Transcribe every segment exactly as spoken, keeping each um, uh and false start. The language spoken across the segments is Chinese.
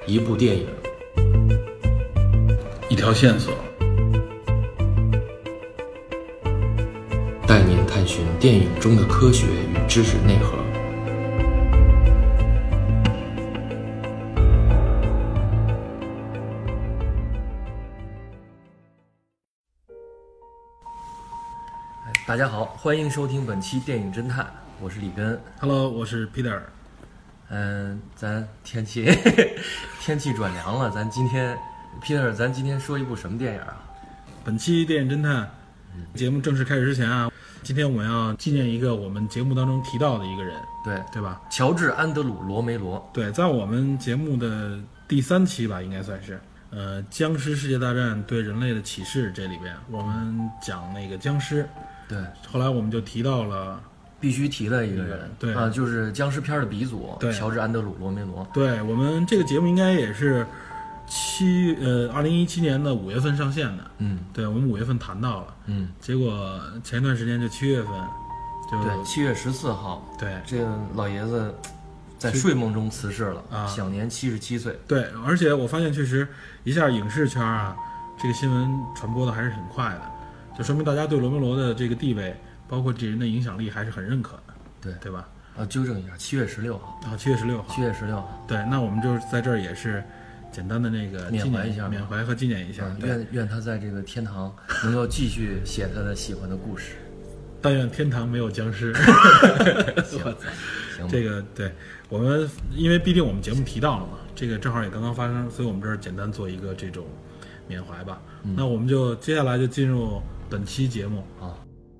一部电影， 一条线索， 带您探寻电影中的科学与知识内核。 大家好，欢迎收听本期电影侦探，我是李根。 Hello， 我是 Peter。 嗯，咱天气天气转凉了，咱今天 Peter， 咱今天说一部什么电影啊？ 本期电影侦探节目正式开始之前啊，今天我们要纪念一个我们节目当中提到的一个人， 对对吧？ 乔治·安德鲁·罗梅罗。 对，在我们节目的第三期吧，应该算是。呃，僵尸世界大战对人类的启示这里边，我们讲那个僵尸。 对， 后来我们就提到了必须提的一个人， 对啊，就是僵尸片的鼻祖， 对， 乔治·安德鲁·罗梅罗。 对，我们这个节目应该也是七呃二零一七年的五月份上线的， 嗯， 对，我们五月份谈到了， 嗯， 结果前一段时间就七月份，就对，七月十四号， 对， 这个老爷子在睡梦中辞世了， 啊， 享年七十七岁。 对，而且我发现确实一下影视圈啊，这个新闻传播的还是很快的，就说明大家对罗梅罗的这个地位，包括这人的影响力还是很认可的， 对， 对吧？ 啊，纠正一下，七月十六号啊，七月十六号， 七月十六号。 对，那我们就在这儿也是简单的那个缅怀一下， 缅怀和纪念一下。 嗯、愿愿他在这个天堂能够继续写他的喜欢的故事。 但愿天堂没有僵尸。 行，行， 这个对我们，因为毕竟我们节目提到了嘛，这个正好也刚刚发生，所以我们这儿简单做一个这种缅怀吧。嗯、那我们就接下来就进入本期节目啊。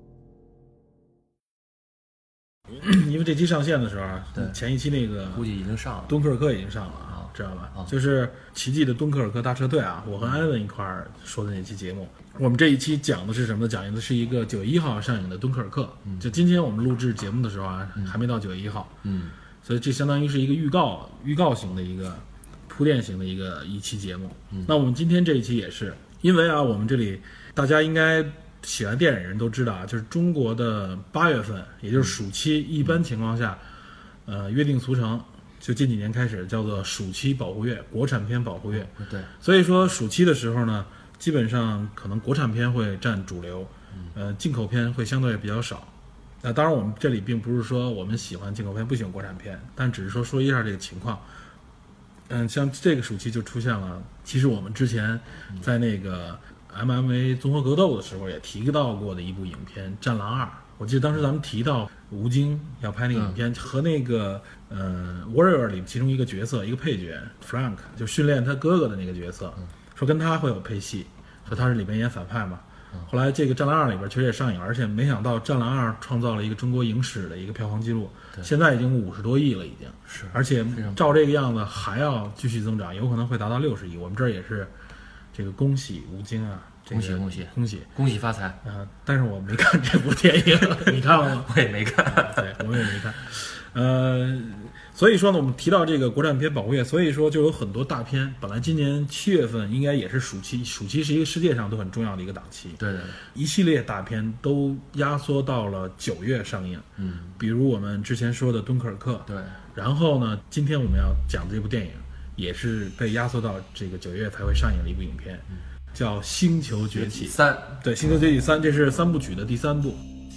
因为这期上线的时候啊， 对， 前一期那个估计已经上了， 敦刻尔克已经上了啊，知道吧？ 啊、 就是奇迹的敦刻尔克大撤退啊，我和艾文一块儿说的那期节目。我们这一期讲的是什么呢？讲的是一个九月一号上映的敦刻尔克。嗯、就今天我们录制节目的时候啊，嗯、还没到九月一号， 嗯， 所以这相当于是一个预告、预告型的一个铺垫型的一个一期节目。 嗯， 那我们今天这一期也是，因为啊，我们这里大家应该喜欢电影人都知道啊，就是中国的八月份，也就是暑期，一般情况下，呃，约定俗成，就近几年开始叫做暑期保护月，国产片保护月。 对， 所以说暑期的时候呢，基本上可能国产片会占主流，呃，进口片会相对比较少。那当然，我们这里并不是说我们喜欢进口片，不喜欢国产片，但只是说说一下这个情况。嗯，像这个暑期就出现了，其实我们之前在那个 M M A 综合格斗的时候也提到过的一部影片《战狼二》，我记得当时咱们提到吴京要拍那个影片，嗯、和那个呃 Warrior 里其中一个角色，一个配角 Frank 就训练他哥哥的那个角色，嗯、说跟他会有配戏，说他是里面演反派嘛。嗯、后来这个《战狼二》里边确实也上映，而且没想到《战狼二》创造了一个中国影史的一个票房记录，现在已经五十多亿了，已经是， 而且照这个样子还要继续增长，有可能会达到六十亿。我们这儿也是这个恭喜吴京啊！这个、 恭喜恭喜恭喜恭喜发财啊、呃！但是我没看这部电影，你看了吗？ 我也没看， 对，我也没看。呃，所以说呢，我们提到这个国产片保护月，所以说就有很多大片。本来今年七月份应该也是暑期，暑期是一个世界上都很重要的一个档期。 对对对， 一系列大片都压缩到了九月上映。 嗯， 比如我们之前说的《敦刻尔克》。 对。 然后呢，今天我们要讲的这部电影，也是被压缩到这个九月才会上映的一部影片。嗯，叫《星球崛起三》， 对，《星球崛起三》，这是三部曲的第三部。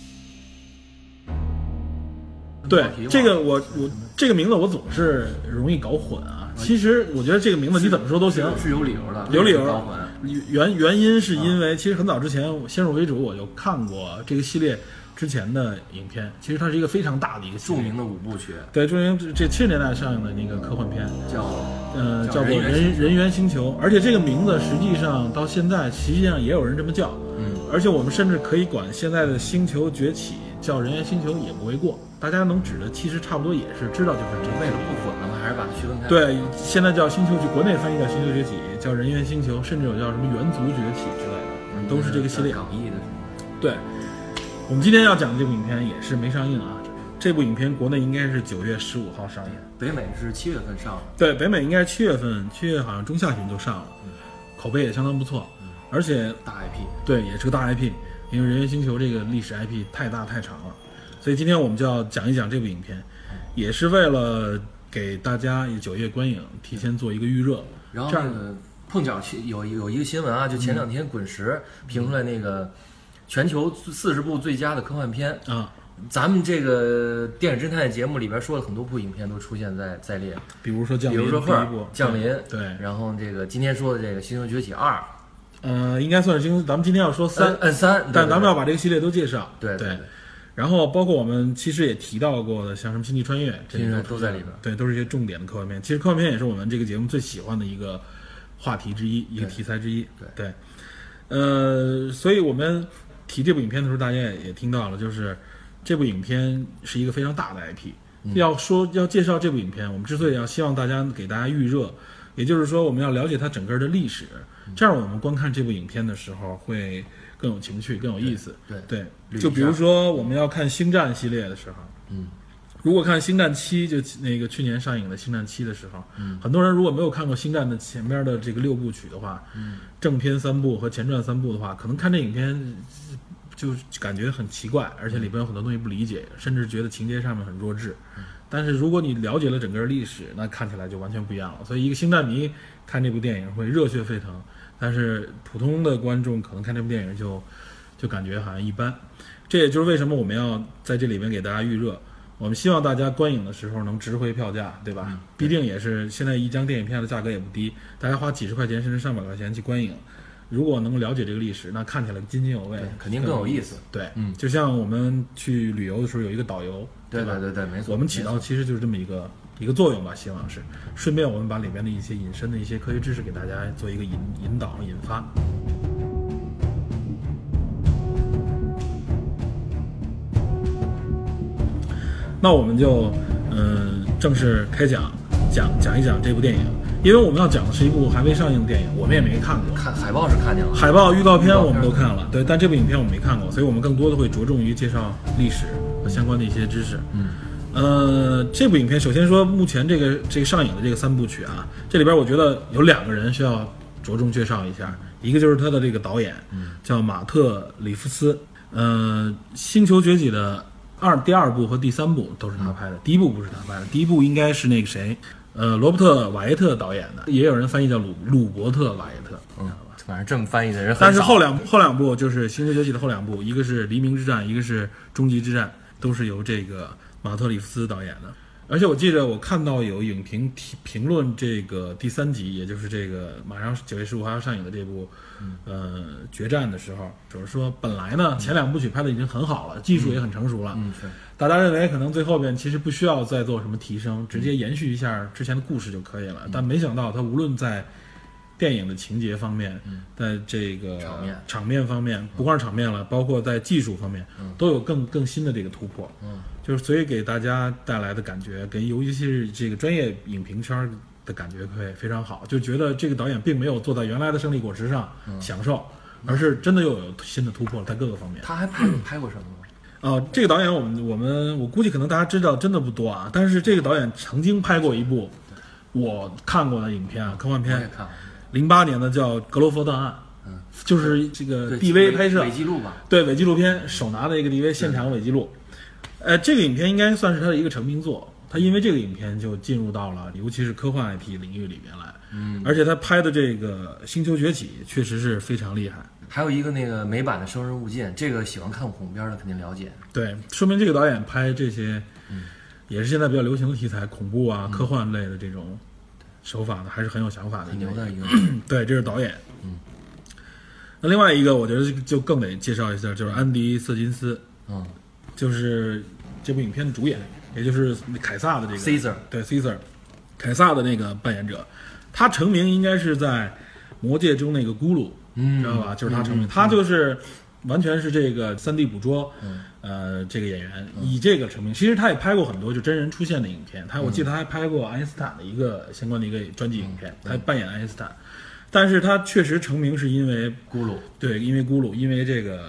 对，这个我我这个名字我总是容易搞混啊。其实我觉得这个名字你怎么说都行， 是有理由的， 有理由。原原因是因为其实很早之前，先入为主我就看过这个系列之前的影片，其实它是一个非常大的一个著名的五部曲。 对，著名这七十年代上映的那个科幻片叫呃叫做人人猿星球，而且这个名字实际上到现在实际上也有人这么叫， 嗯， 而且我们甚至可以管现在的星球崛起叫人猿星球也不为过，大家能指的其实差不多也是知道就是这个。 为了不混了吗？还是把它区分开？ 对，现在叫星球，就国内翻译叫星球崛起，叫人猿星球，甚至有叫什么猿族崛起之类的，嗯、都是这个系列。 港译的。 对。我们今天要讲的这部影片也是没上映啊，这部影片国内应该是九月十五号上映， 北美是七月份上的。 对，北美应该是七月份，七月好像中下旬就上了，嗯、口碑也相当不错， 嗯、 而且大 I P， 对，也是个大 I P， 因为人猿星球这个历史 I P 太大太长了，所以今天我们就要讲一讲这部影片，嗯、也是为了给给大家九月观影提前做一个预热。 然后那个碰巧有有一个新闻啊，就前两天滚石评出来那个全球四十部最佳的科幻片啊。 咱们这个电影侦探节目里边说了很多部影片都出现在在列， 比如说降临， 比如说第一部降临， 对， 然后这个今天说的这个《星球崛起二》， 呃，应该算是星，咱们今天要说三， 嗯三， 但咱们要把这个系列都介绍， 对对。对然后包括我们其实也提到过的，像什么《星际穿越》，这些都在里边， 对，都是一些重点的科幻片。其实科幻片也是我们这个节目最喜欢的一个话题之一，一个题材之一。 对， 对呃，所以我们提这部影片的时候，大家也也听到了，就是这部影片是一个非常大的 I P。 嗯、 要说要介绍这部影片，我们之所以要希望大家给大家预热，也就是说我们要了解它整个的历史，这样我们观看这部影片的时候会更有情趣，更有意思。 对对, 对，就比如说我们要看星战系列的时候， 嗯， 如果看星战七，就那个去年上映的星战七的时候， 嗯， 很多人如果没有看过星战的前边的这个六部曲的话， 嗯， 正片三部和前传三部的话，可能看这影片就感觉很奇怪，而且里边有很多东西不理解，甚至觉得情节上面很弱智。但是如果你了解了整个历史，那看起来就完全不一样了。所以一个星战迷看这部电影会热血沸腾，但是普通的观众可能看这部电影就就感觉好像一般。这也就是为什么我们要在这里面给大家预热，我们希望大家观影的时候能值回票价，对吧？ 嗯、 毕竟也是现在一张电影票的价格也不低，大家花几十块钱甚至上百块钱去观影，如果能了解这个历史，那看起来津津有味， 肯定更有意思。 对， 嗯， 就像我们去旅游的时候有一个导游， 对吧？ 对对对，没错。 我们起到其实就是这么一个一个作用吧，希望是顺便我们把里面的一些引申的一些科学知识给大家做一个引引导引发。那我们就嗯、呃、正式开讲，讲讲一讲这部电影。因为我们要讲的是一部还未上映的电影，我们也没看过。 看海报是看见了， 海报、预告片我们都看了，对，但这部影片我们没看过，所以我们更多的会着重于介绍历史和相关的一些知识。 嗯， 呃，这部影片首先说，目前这个这个上映的这个三部曲啊，这里边我觉得有两个人需要着重介绍一下，一个就是他的这个导演， 嗯， 叫马特·里夫斯。呃，《星球崛起》的二第二部和第三部都是他拍的，嗯、第一部不是他拍的，第一部应该是那个谁。呃，罗伯特·瓦耶特导演的，也有人翻译叫鲁鲁伯特·瓦耶特， 嗯，反正这么翻译的人很少。 但是后两后两部就是《星球崛起》的后两部，一个是《黎明之战》，一个是《终极之战》，都是由这个马特·里夫斯导演的。而且我记得我看到有影评评论这个第三集，也就是这个马上九月十五号要上映的这部，呃，决战的时候，就是说本来呢前两部曲拍的已经很好了，技术也很成熟了， 嗯，是。 大家认为可能最后边其实不需要再做什么提升，直接延续一下之前的故事就可以了。但没想到他无论在电影的情节方面，在这个场面场面方面，不光是场面了，包括在技术方面，都有更更新的这个突破。 嗯， 就是所以给大家带来的感觉，给尤其是这个专业影评圈的感觉会非常好，就觉得这个导演并没有坐在原来的胜利果实上享受，而是真的又有新的突破在各个方面。 他还拍拍过什么吗？ 哦，这个导演我们我们我估计可能大家知道真的不多啊，但是这个导演曾经拍过一部我看过的影片啊，科幻片，零八年的叫《格罗佛档案》， 嗯， 就是这个 D V 拍摄伪纪录吧？ 对，伪纪录片，手拿的一个 D V 现场伪纪录。呃，这个影片应该算是他的一个成名作，他因为这个影片就进入到了尤其是科幻 I P 领域里面来， 嗯， 而且他拍的这个《星球崛起》确实是非常厉害。 还有一个那个美版的《生人勿近》，这个喜欢看恐怖片的肯定了解。 对，说明这个导演拍这些，嗯，也是现在比较流行的题材，恐怖啊、嗯、科幻类的这种手法呢，还是很有想法的。 很牛的一个。 对，这是导演。 嗯。 那另外一个，我觉得就更得介绍一下，就是安迪·瑟金斯。 嗯。 就是这部影片的主演，也就是凯撒的这个 Caesar。 对 Caesar， 凯撒的那个扮演者，他成名应该是在《魔戒》中那个咕噜。 嗯， 知道吧？就是他成名， 嗯、 他就是完全是这个三 D 捕捉， 嗯、 呃，这个演员、嗯、以这个成名。其实他也拍过很多就真人出现的影片，他我记得他还拍过爱因斯坦的一个相关的一个传记影片， 嗯、 他扮演爱因斯坦。但是他确实成名是因为咕噜， 对，因为咕噜，因为这个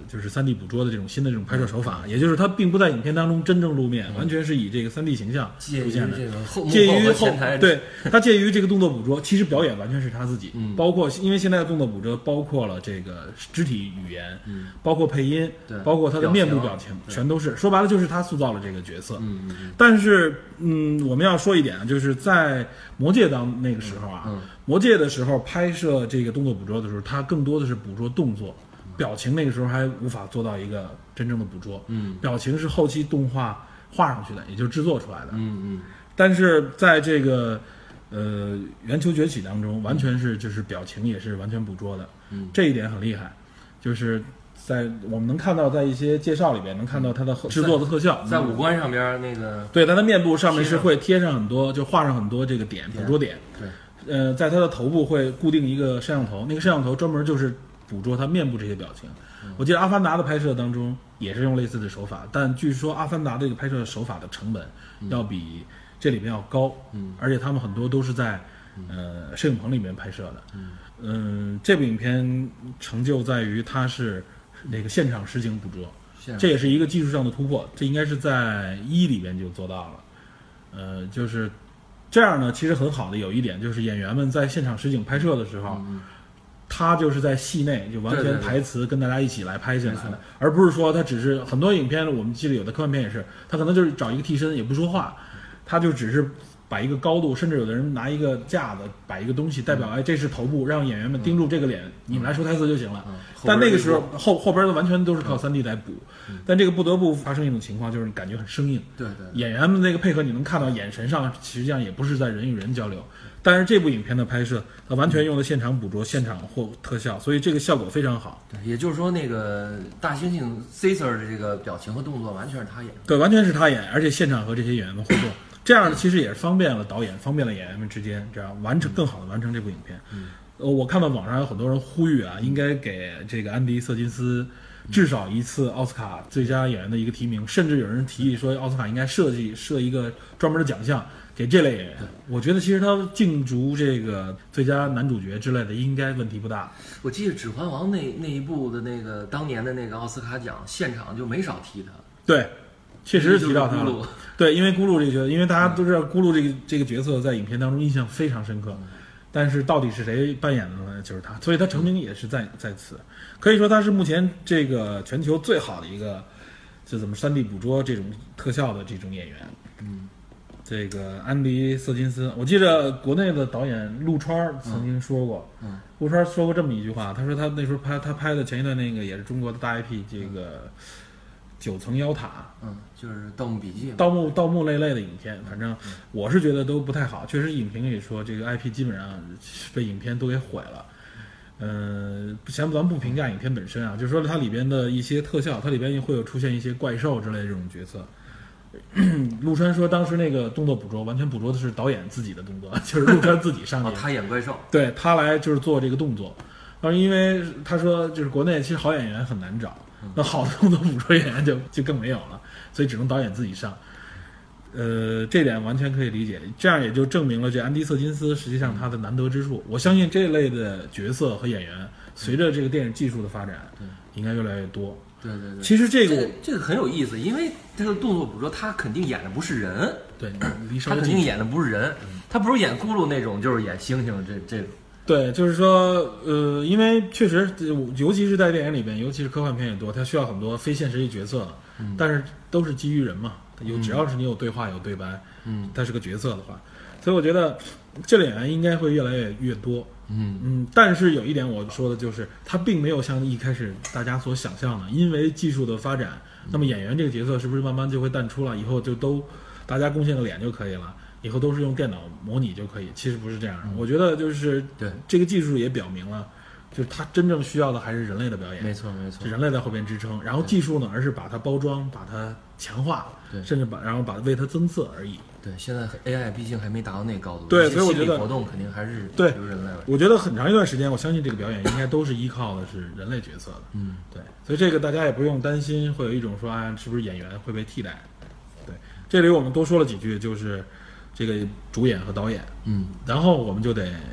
就是三 D 捕捉的这种新的这种拍摄手法，也就是它并不在影片当中真正露面，完全是以这个三 D 形象出现的，介于后对它介于这个动作捕捉，其实表演完全是他自己， 嗯、 包括因为现在的动作捕捉包括了这个肢体语言，嗯、包括配音，包括他的面部表情，全都是说白了就是他塑造了这个角色。 嗯嗯、 但是嗯，我们要说一点，就是在魔戒当那个时候啊， 嗯嗯、 魔戒的时候拍摄这个动作捕捉的时候，它更多的是捕捉动作。表情那个时候还无法做到一个真正的捕捉， 嗯， 表情是后期动画画上去的，也就是制作出来的， 嗯嗯。 但是在这个呃圆球崛起当中，完全是就是表情也是完全捕捉的， 嗯， 这一点很厉害，就是在我们能看到在一些介绍里边能看到它的制作的特效， 在, 在五官上边那个， 对，它的面部上面是会贴上很多，就画上很多这个点捕捉点， 对， 呃，在它的头部会固定一个摄像头，那个摄像头专门就是捕捉他面部这些表情。我记得《阿凡达》的拍摄当中也是用类似的手法，但据说《阿凡达》这个拍摄手法的成本要比这里边要高， 嗯， 而且他们很多都是在呃摄影棚里面拍摄的。 嗯， 嗯，这部影片成就在于它是那个现场实景捕捉，这也是一个技术上的突破，这应该是在一里边就做到了。呃，就是这样呢，其实很好的有一点就是演员们在现场实景拍摄的时候。 嗯， 他就是在戏内就完全台词跟大家一起来拍进来的， 对对对， 而不是说他只是很多影片我们记得有的科幻片也是，他可能就是找一个替身也不说话，他就只是摆一个高度，甚至有的人拿一个架子摆一个东西代表、嗯、哎这是头部，让演员们盯住这个脸、嗯、你们来说台词就行了、嗯、但那个时候后后边的完全都是靠 三 D 来补、嗯、但这个不得不发生一种情况，就是感觉很生硬， 对 对, 对， 演员们那个配合你能看到眼神上实际上也不是在人与人交流，但是这部影片的拍摄它完全用的现场捕捉、现场或特效，所以这个效果非常好。 对，也就是说那个大猩猩 Caesar 的这个表情和动作完全是他演的， 对，完全是他演，而且现场和这些演员的互动，这样其实也是方便了导演，方便了演员们之间这样完成更好的完成这部影片。 嗯， 呃，我看到网上有很多人呼吁啊，应该给这个安迪·瑟金斯至少一次奥斯卡最佳演员的一个提名，甚至有人提议说奥斯卡应该设计设一个专门的奖项给这类演员。我觉得其实他竞逐这个最佳男主角之类的应该问题不大。 我记得《指环王》那那一部的那个当年的那个奥斯卡奖现场就没少提他。 对，确实提到他了。对，因为咕噜这个角色，因为大家都知道咕噜这个这个角色在影片当中印象非常深刻。嗯，但是到底是谁扮演的呢？就是他，所以他成名也是在在此。可以说他是目前这个全球最好的一个，就怎么 三 D 捕捉这种特效的这种演员。 嗯， 这个安迪·瑟金斯，我记得国内的导演陆川曾经说过， 嗯， 陆川说过这么一句话，他说他那时候拍他拍的前一段那个也是中国的大 I P， 这个九层妖塔， 嗯，就是《盗墓笔记》 盗墓盗墓类类的影片，反正我是觉得都不太好。确实，影评也说这个 I P 基本上被影片都给毁了。嗯、呃，先咱们不评价影片本身啊，就是说它里边的一些特效，它里边会有出现一些怪兽之类的这种角色。陆川说，当时那个动作捕捉完全捕捉的是导演自己的动作，就是陆川自己上去、 哦，他演怪兽， 对他来就是做这个动作。然后因为他说，就是国内其实好演员很难找。那好的动作捕捉演员就就更没有了，所以只能导演自己上。呃，这点完全可以理解，这样也就证明了这安迪·瑟金斯实际上他的难得之处。我相信这类的角色和演员，随着这个电影技术的发展，应该越来越多。 对对对， 其实这个、 这个、这个很有意思，因为这个动作捕捉，他肯定演的不是人， 对， 他肯定演的不是人，他不是演咕噜那种，就是演猩猩这这种。 对，就是说，呃，因为确实，尤其是在电影里边，尤其是科幻片也多，它需要很多非现实的角色， 嗯、 但是都是基于人嘛，有只要是你有对话有对白， 嗯， 它是个角色的话，所以我觉得这类演员应该会越来越越多， 嗯嗯。但是有一点我说的就是，它并没有像一开始大家所想象的，因为技术的发展，那么演员这个角色是不是慢慢就会淡出了？以后就都大家贡献个脸就可以了。以后都是用电脑模拟就可以，其实不是这样的。嗯、我觉得就是对这个技术也表明了，就是它真正需要的还是人类的表演， 没错没错， 是人类在后边支撑，然后技术呢，而是把它包装、把它强化， 对， 甚至把然后把为它增色而已。 对，现在 A I 毕竟还没达到那个高度， 对，所以我觉得活动肯定还是对由人类。 我觉得很长一段时间，我相信这个表演应该都是依靠的是人类角色的。 嗯， 对，所以这个大家也不用担心会有一种说啊，是不是演员会被替代？对，这里我们多说了几句，就是。这个主演和导演， 嗯， 然后我们就得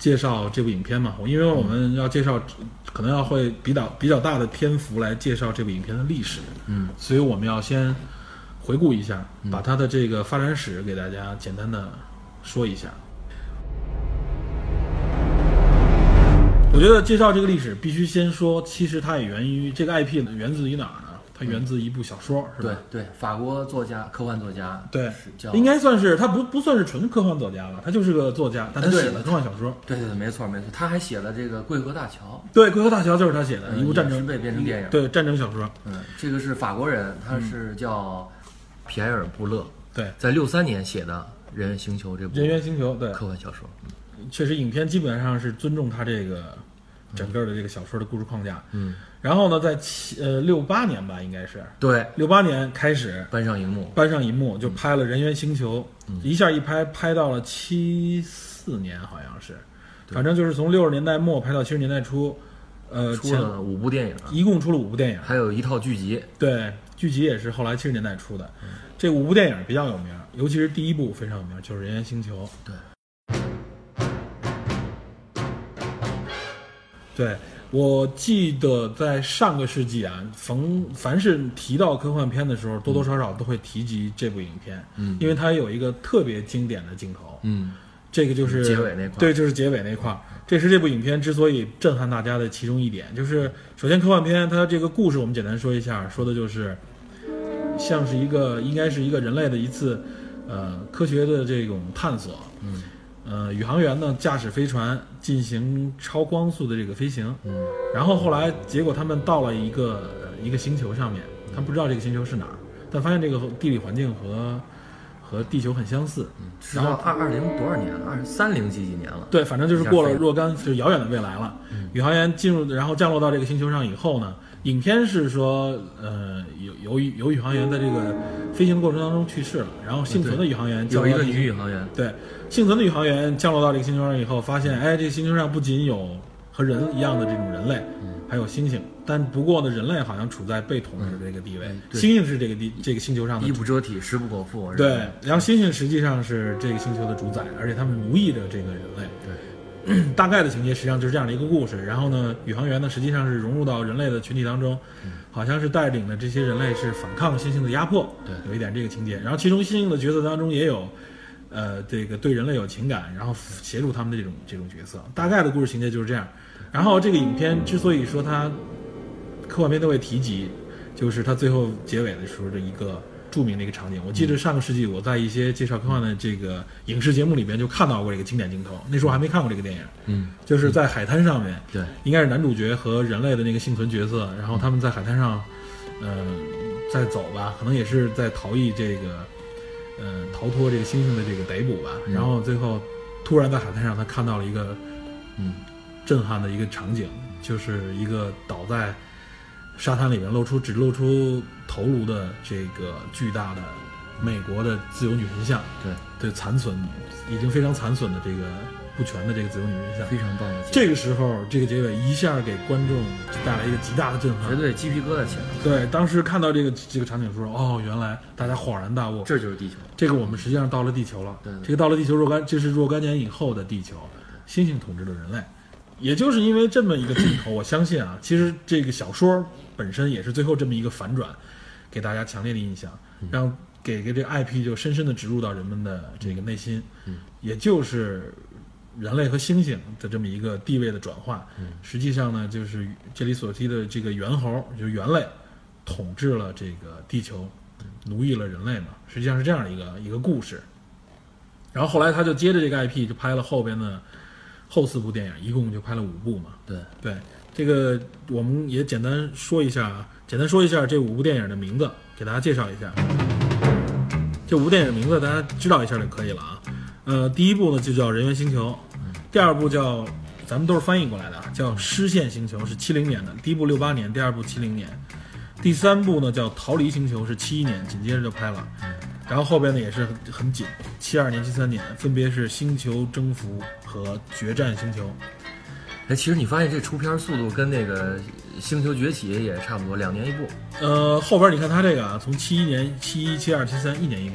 介绍这部影片嘛，因为我们要介绍，可能要会比较比较大的篇幅来介绍这部影片的历史， 嗯， 所以我们要先回顾一下，把它的这个发展史给大家简单的说一下。我觉得介绍这个历史必须先说，其实它也源于这个 I P 源自于哪儿呢？它源自一部小说，是吧？ 对对，法国作家，科幻作家， 对， 叫应该算是他不不算是纯科幻作家吧，他就是个作家，但他写了科幻小说。 对对对，没错没错，他还写了这个《桂河大桥》。 对，《桂河大桥》就是他写的、 嗯、 一部战争被变成电影。 对，战争小说。 嗯，这个是法国人，他是叫皮埃尔·布勒。 对， 在六三年写的《人猿星球》这部人猿星球对科幻小说。 嗯，确实，影片基本上是尊重他这个整个的这个小说的故事框架。 嗯。 然后呢，在七呃六八年吧，应该是对， 六八年开始搬上荧幕， 搬上银幕就拍了《人猿星球》，嗯，一下一拍拍到了七四年，好像是，反正就是从六十年代末拍到七十年代初，呃， 出了五部电影， 一共出了五部电影， 还有一套剧集。 对，剧集也是后来七十年代出的。嗯，这五部电影比较有名，尤其是第一部非常有名，就是《人猿星球》。 对， 对。我记得在上个世纪啊，逢凡是提到科幻片的时候，多多少少都会提及这部影片， 嗯， 因为它有一个特别经典的镜头， 嗯， 这个就是结尾那块， 对，就是结尾那块，这是这部影片之所以震撼大家的其中一点。就是首先科幻片它这个故事我们简单说一下，说的就是像是一个应该是一个人类的一次呃科学的这种探索， 嗯。 呃，宇航员呢驾驶飞船进行超光速的这个飞行， 嗯， 然后后来结果他们到了一个、呃、一个星球上面，他不知道这个星球是哪儿，但发现这个地理环境和和地球很相似， 嗯，然后二二零多少年了？二三零几几年了？ 对，反正就是过了若干就是遥远的未来了。嗯，宇航员进入然后降落到这个星球上以后呢，影片是说，呃，有有有宇航员在这个飞行的过程当中去世了，然后幸存的宇航员有一个女宇航员， 对。幸存的宇航员降落到这个星球上以后，发现，哎，这个星球上不仅有和人一样的这种人类，嗯，还有猩猩，但不过呢，人类好像处在被统治的这个地位， 嗯， 猩猩是这个地这个星球上的衣不遮体，食不果腹。 对，然后猩猩实际上是这个星球的主宰，而且他们奴役着这个人类。 对， 大概的情节实际上就是这样的一个故事。然后呢，宇航员呢实际上是融入到人类的群体当中，嗯，好像是带领的这些人类是反抗猩猩的压迫， 对， 有一点这个情节。然后其中猩猩的角色当中也有。呃，这个对人类有情感，然后协助他们的这种这种角色，大概的故事情节就是这样。然后这个影片之所以说它科幻片都会提及，就是它最后结尾的时候的一个著名的一个场景。我记得上个世纪我在一些介绍科幻的这个影视节目里边就看到过这个经典镜头，那时候还没看过这个电影， 嗯， 就是在海滩上面， 对， 应该是男主角和人类的那个幸存角色，然后他们在海滩上，呃，在走吧，可能也是在逃逸这个。呃，逃脱这个猩猩的这个逮捕吧， 嗯， 然后最后突然在海滩上，他看到了一个嗯震撼的一个场景，就是一个倒在沙滩里面露出只露出头颅的这个巨大的美国的自由女神像， 对对，残存已经非常残损的这个不全的这个自由女神像， 非常棒的。 这个时候，这个结尾一下给观众带来一个极大的震撼， 绝对鸡皮疙瘩起来了。 对，当时看到这个这个场景的时候，哦，原来大家恍然大悟， 这就是地球。 这个我们实际上到了地球了， 对对对， 这个到了地球若干，这是若干年以后的地球，猩猩统治了人类。也就是因为这么一个镜头，我相信啊，其实这个小说本身也是最后这么一个反转，给大家强烈的印象，让给给这个 I P 就深深的植入到人们的这个内心， 嗯， 也就是人类和猩猩的这么一个地位的转换。 嗯， 实际上呢，就是这里所提的这个猿猴，就是猿类统治了这个地球，奴役了人类嘛，实际上是这样的一个一个故事。然后后来他就接着这个 I P 就拍了后边的后四部电影，一共就拍了五部嘛。 对对，这个我们也简单说一下啊，简单说一下这五部电影的名字，给大家介绍一下。这五部电影名字大家知道一下就可以了啊。呃，第一部呢就叫《人猿星球》，第二部叫咱们都是翻译过来的，叫《失陷星球》，是七零年的，第一部六八年，第二部七零年。第三部呢叫《逃离星球》，是七一年，紧接着就拍了。然后后边呢也是很很紧，七二年、七三年，分别是《星球征服》和《决战星球》。 哎，其实你发现这出片速度跟那个《星球崛起》也差不多，两年一部。 呃，后边你看他这个啊，从七一年、七一、七二、七三，一年一部了已经。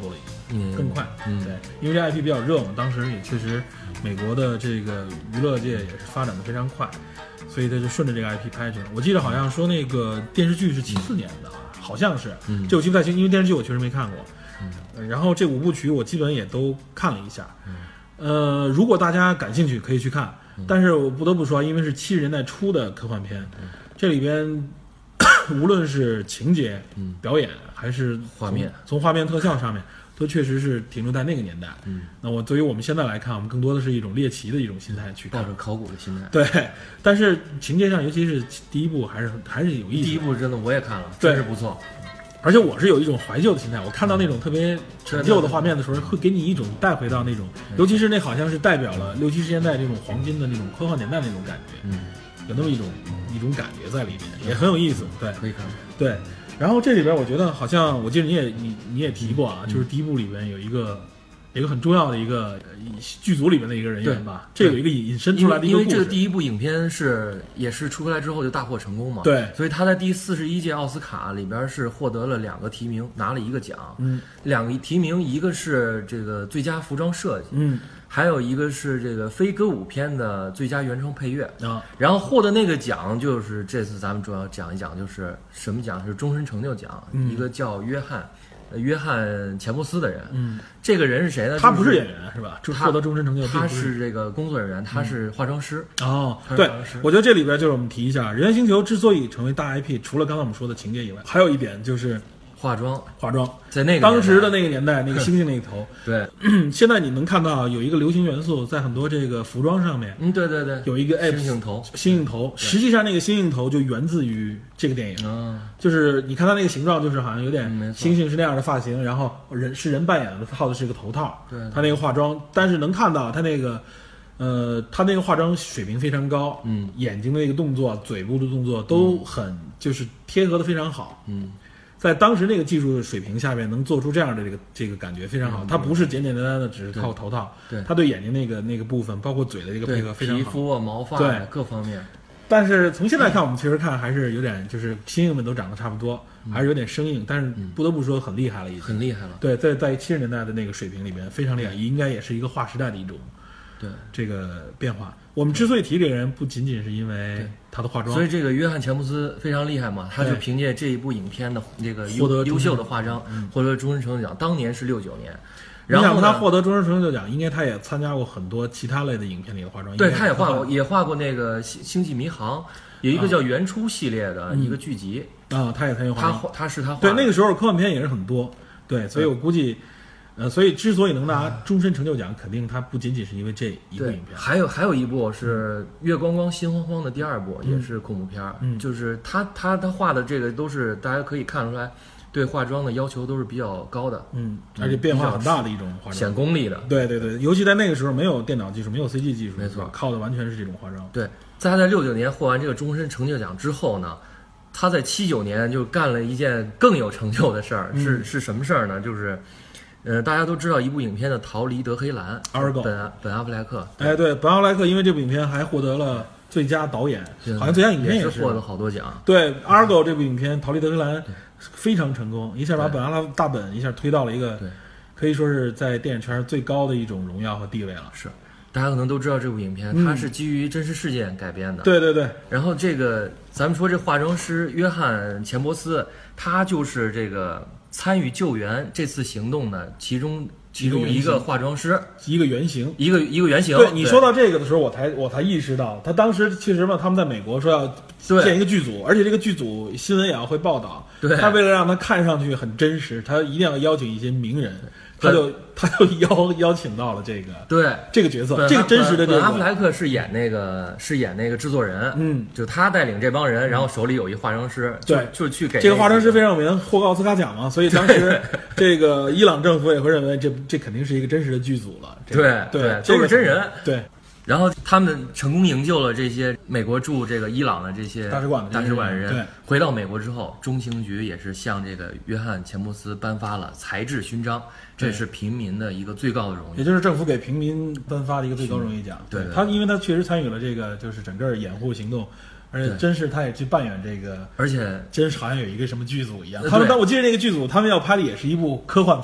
嗯更快。 嗯， 对，因为这 I P 比较热嘛，当时也确实美国的这个娱乐界也是发展的非常快，所以他就顺着这个 I P 拍去了。我记得好像说那个电视剧是七四年的，好像是， 嗯， 这我记不太清，因为电视剧我确实没看过。 嗯， 呃然后这五部曲我基本也都看了一下。嗯，呃，如果大家感兴趣可以去看， 嗯、 但是我不得不说，因为是七十年代初的科幻片，嗯、这里边无论是情节、 嗯、 表演还是画面， 从画面特效上面。都确实是停留在那个年代。 嗯， 那我对于我们现在来看，我们更多的是一种猎奇的一种心态去看， 抱着考古的心态。 对，但是情节上，尤其是第一部，还是还是有意思。 第一部真的我也看了， 对， 真是不错。 而且我是有一种怀旧的心态，我看到那种特别陈旧的画面的时候，会给你一种带回到那种，尤其是那好像是代表了六七十年代这种黄金的那种科幻年代那种感觉， 嗯， 有那么一种一种感觉在里面，也很有意思。对， 可以看。 对。然后这里边我觉得好像，我记得你也你你也提过啊，嗯、就是第一部里边有一个一个很重要的一个剧组里面的一个人员吧，这有一个引引申出来的一个故事。 因为这个第一部影片是也是出来之后就大获成功嘛， 对， 所以他在第四十一届奥斯卡里边是获得了两个提名，拿了一个奖， 嗯， 两个提名，一个是这个最佳服装设计， 嗯。 还有一个是这个非歌舞片的最佳原创配乐啊， 然后获得那个奖就是这次咱们主要讲一讲，就是什么奖是终身成就奖， 嗯、 一个叫约翰，约翰钱伯斯的人， 嗯， 这个人是谁呢？ 他不是演员是吧？就获得终身成就， 他是这个工作人员，他是化妆师。 嗯、哦，对，我觉得这里边就是我们提一下，《人猿星球》之所以成为大 I P， 除了刚刚我们说的情节以外，还有一点就是。 化妆， 化妆， 在那个当时的那个年代，那个星星那一头， 对， 现在你能看到有一个流行元素在很多这个服装上面， 嗯，对对对， 有一个星星头， 星星头，实际上那个星星头就源自于这个电影， 嗯， 就是你看它那个形状，就是好像有点星星是那样的发型，然后人是人扮演的，套的是一个头套， 对， 他那个化妆，但是能看到他那个。呃，他那个化妆水平非常高， 嗯， 眼睛的那个动作、嘴部的动作都很、嗯、就是贴合的非常好， 嗯。 在当时那个技术水平下面，能做出这样的这个这个感觉非常好。 嗯、 它不是简简单单的只是套头套， 对， 它对眼睛那个那个部分，包括嘴的这个配合非常好， 皮肤啊、毛发对各方面。 但是从现在看，我们其实看还是有点，就是星星们都长得差不多， 嗯、 还是有点生硬。但是不得不说，很厉害了，已经很厉害了。 对，在在七十年代的那个水平里边非常厉害，应该也是一个划时代的一种。 对这个变化，我们之所以提这个人，不仅仅是因为他的化妆， 所以这个约翰钱伯斯非常厉害嘛，他就凭借这一部影片的这个获得优秀的化妆， 嗯、 获得终身成就奖。当年是六九年，然后他获得终身成就奖，应该他也参加过很多其他类的影片里的化妆。 对，他也画过，也画过那个《星星际迷航》，有一个叫原初系列的一个剧集啊、嗯，他也参与化妆。 他他是他画对那个时候科幻片也是很多，对，所以我估计。呃，所以之所以能拿终身成就奖，肯定它不仅仅是因为这一部影片， 还有还有一部是《月光光心慌慌》的第二部， 嗯、 也是恐怖片， 嗯， 就是他他他画的这个都是大家可以看出来，对化妆的要求都是比较高的， 嗯，而且变化很大的一种化妆， 显功力的， 对对对，尤其在那个时候没有电脑技术，没有 C G 技术， 没错， 靠的完全是这种化妆。 对，在他在六九年获完这个终身成就奖之后呢，他在七九年就干了一件更有成就的事儿， 嗯、 是是什么事儿呢？就是。呃，大家都知道一部影片的逃离德黑兰 ，Argo， 本本阿弗莱克。 哎，对，本阿弗莱克因为这部影片还获得了最佳导演，好像最佳影片也是获得好多奖。 对 ，Argo 这部影片逃离德黑兰非常成功，一下把本阿拉大本一下推到了一个可以说是在电影圈最高的一种荣耀和地位了。 是，大家可能都知道这部影片， 嗯、 它是基于真实事件改编的。 对对对。 然后这个咱们说这化妆师约翰钱伯斯，他就是这个参与救援这次行动的其中。其中一个化妆师， 一个原型， 一个一个原型。 对你说到这个的时候，我才我才意识到，他当时其实嘛，他们在美国说要建一个剧组，而且这个剧组新闻也要会报道。 对， 他为了让他看上去很真实，他一定要邀请一些名人，他就他就邀邀请到了这个对这个角色，这个真实的这个。 本阿弗莱克是演那个是演那个制作人， 嗯， 就他带领这帮人，然后手里有一化妆师， 对， 就去给这个化妆师非常有名，获过奥斯卡奖嘛，所以当时这个伊朗政府也会认为这这肯定是一个真实的剧组了。 对对， 都是真人。 对。 然后他们成功营救了这些美国驻这个伊朗的这些大使馆的大使馆人， 对， 回到美国之后，中情局也是向这个约翰钱伯斯颁发了才智勋章，这是平民的一个最高的荣誉， 也就是政府给平民颁发的一个最高荣誉奖。 对，对他因为他确实参与了这个就是整个掩护行动，而且真是他也去扮演这个， 而且真是好像有一个什么剧组一样。他们但我记得那个剧组他们要拍的也是一部科幻片。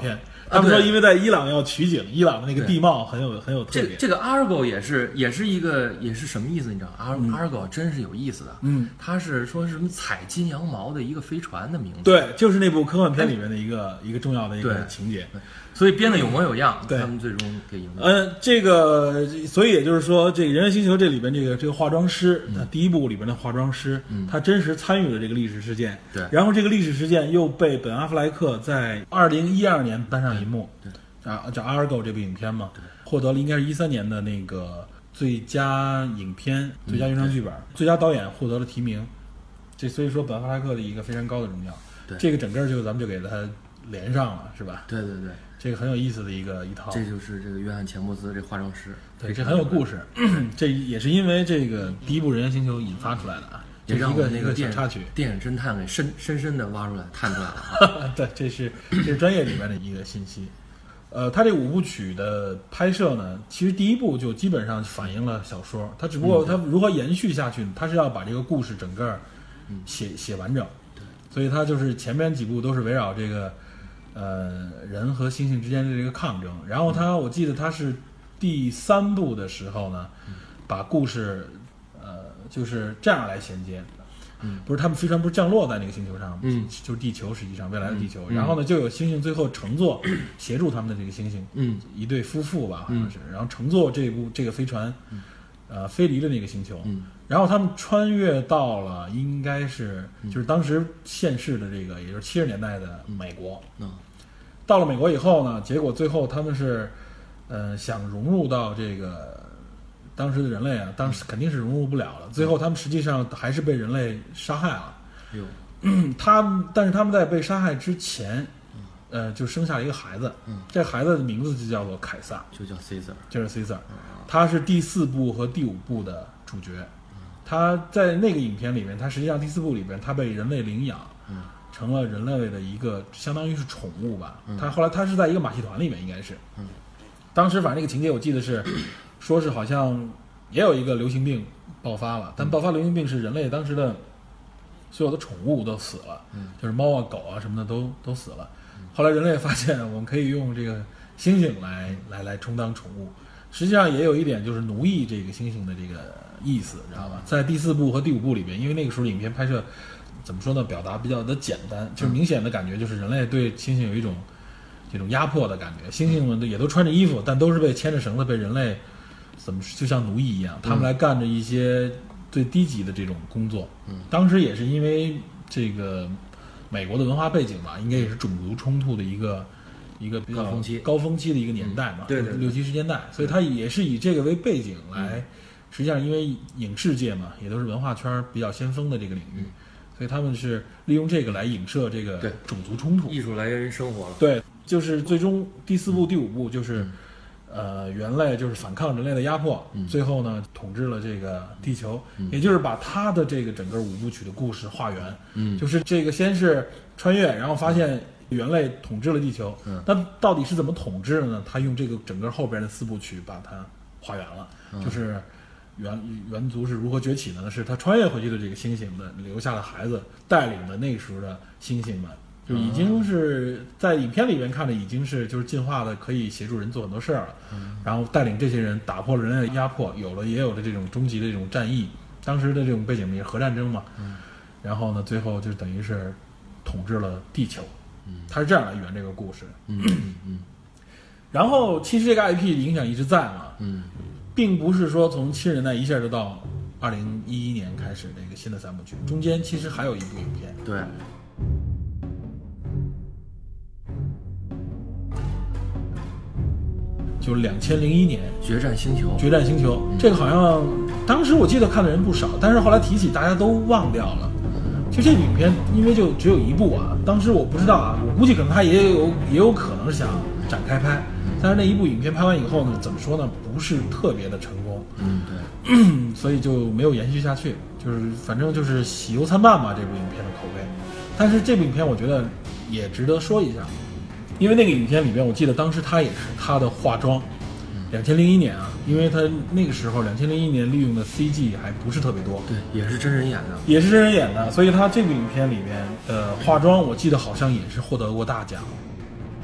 他们说因为在伊朗要取景，伊朗的那个地貌很有很有特这点。 这个 Argo 也是也是一个也是什么意思？你知道 Ar、嗯、Argo 真是有意思的。 嗯， 它是说是什么采金羊毛的一个飞船的名字。 对，就是那部科幻片里面的一个、哎、一个重要的一个情节。 所以编的有模有样， 对， 他们最终给赢了。 嗯，这个，所以也就是说，这个《人猿星球》这里边这个这个化妆师，那、嗯、第一部里边的化妆师， 嗯， 他真实参与了这个历史事件， 对。 然后这个历史事件又被本·阿弗莱克在二零一二年搬上银幕， 对， 啊，叫《Argo》这部影片嘛， 对， 获得了应该是一三年的那个最佳影片、最佳原创剧本、嗯、最佳导演获得了提名。这所以说，本·阿弗莱克的一个非常高的荣耀。 对， 这个整个就咱们就给他连上了，是吧？ 对对对。 这个很有意思的一个一套， 这就是这个约翰·钱伯斯这化妆师， 对，这很有故事。这也是因为这个第一部《人猿星球》引发出来的啊， 也让一个那个电插曲， 电影侦探给深深深的挖出来、探出来了。 对，这是这是专业里面的一个信息。呃，他这五部曲的拍摄呢，其实第一部就基本上反映了小说，他只不过他如何延续下去，他是要把这个故事整个写写完整。 对， 所以他就是前面几部都是围绕这个。呃，人和猩猩之间的这个抗争，然后他，我记得他是第三部的时候呢，把故事，呃，就是这样来衔接。 嗯， 不是他们飞船不是降落在那个星球上， 嗯， 就是地球，实际上未来的地球。 嗯、 然后呢，就有猩猩最后乘坐，协助他们的这个猩猩， 嗯， 一对夫妇吧，好像是，然后乘坐这部这个飞船，呃，飞离了那个星球。 嗯。 然后他们穿越到了，应该是就是当时现世的这个，也就是七十年代的美国。 嗯， 到了美国以后呢，结果最后他们是，呃，想融入到这个当时的人类啊，当时肯定是融入不了了。最后他们实际上还是被人类杀害了。 哟、 嗯，他们但是他们在被杀害之前，呃，就生下了一个孩子。 嗯， 这孩子的名字就叫做凯撒， 就叫 Caesar， 就是 Caesar。他是第四部和第五部的主角。他在那个影片里面，他实际上第四部里边，他被人类领养， 嗯， 成了人类的一个相当于是宠物吧。 嗯、 他后来他是在一个马戏团里面，应该是， 嗯， 当时反正那个情节我记得是，说是好像也有一个流行病爆发了，但爆发流行病是人类当时的所有的宠物都死了， 嗯， 就是猫啊狗啊什么的都都死了。后来人类发现我们可以用这个猩猩来来来充当宠物，实际上也有一点就是奴役这个猩猩的这个意思，知道吧？在第四部和第五部里边，因为那个时候影片拍摄怎么说呢，表达比较的简单，就是明显的感觉就是人类对猩猩有一种这种压迫的感觉。猩猩们也都穿着衣服，但都是被牵着绳子被人类怎么就像奴役一样，他们来干着一些最低级的这种工作。 嗯， 当时也是因为这个美国的文化背景吧，应该也是种族冲突的一个一个比较高峰期高峰期的一个年代嘛， 嗯、对, 对对， 六七十年代，所以它也是以这个为背景来。嗯，实际上，因为影视界嘛，也都是文化圈比较先锋的这个领域，所以他们是利用这个来影射这个种族冲突。 艺术来源于生活了。 对，就是最终第四部、第五部就是，嗯、呃，人类就是反抗人类的压迫， 嗯、 最后呢统治了这个地球， 嗯、 也就是把他的这个整个五部曲的故事还原。 嗯， 就是这个先是穿越，然后发现人类统治了地球， 嗯， 那到底是怎么统治的呢？他用这个整个后边的四部曲把它还原了， 嗯、 就是。猿猿族是如何崛起的呢？是他穿越回去的这个猩猩的留下的孩子带领的那时候的猩猩们，就已经是在影片里面看着已经是就是进化的，可以协助人做很多事儿了。 嗯，然后带领这些人打破了人类的压迫，有了也有了这种终极的这种战役。当时的这种背景也是核战争嘛。 嗯， 然后呢，最后就等于是统治了地球。 嗯， 他是这样来圆这个故事。 嗯嗯嗯。 然后其实这个 I P 影响一直在嘛。 嗯。 并不是说从七十年代一下就到二零一一年开始这个新的三部曲，中间其实还有一部影片。 对， 就是两千零一年 《决战星球》。 决战星球， 嗯、 这个好像当时我记得看的人不少，但是后来提起大家都忘掉了。就这部影片，因为就只有一部啊，当时我不知道啊，我估计可能他也有也有可能是想展开拍。但是那一部影片拍完以后呢，怎么说呢？不是特别的成功， 嗯，对， 所以就没有延续下去。就是反正就是喜忧参半吧，这部影片的口碑。但是这部影片我觉得也值得说一下，因为那个影片里边，我记得当时他也是他的化妆，两千零一年啊，因为他那个时候两千零一年利用的 C G 还不是特别多， 对，也是真人演的， 也是真人演的，所以他这部影片里面的化妆，我记得好像也是获得过大奖。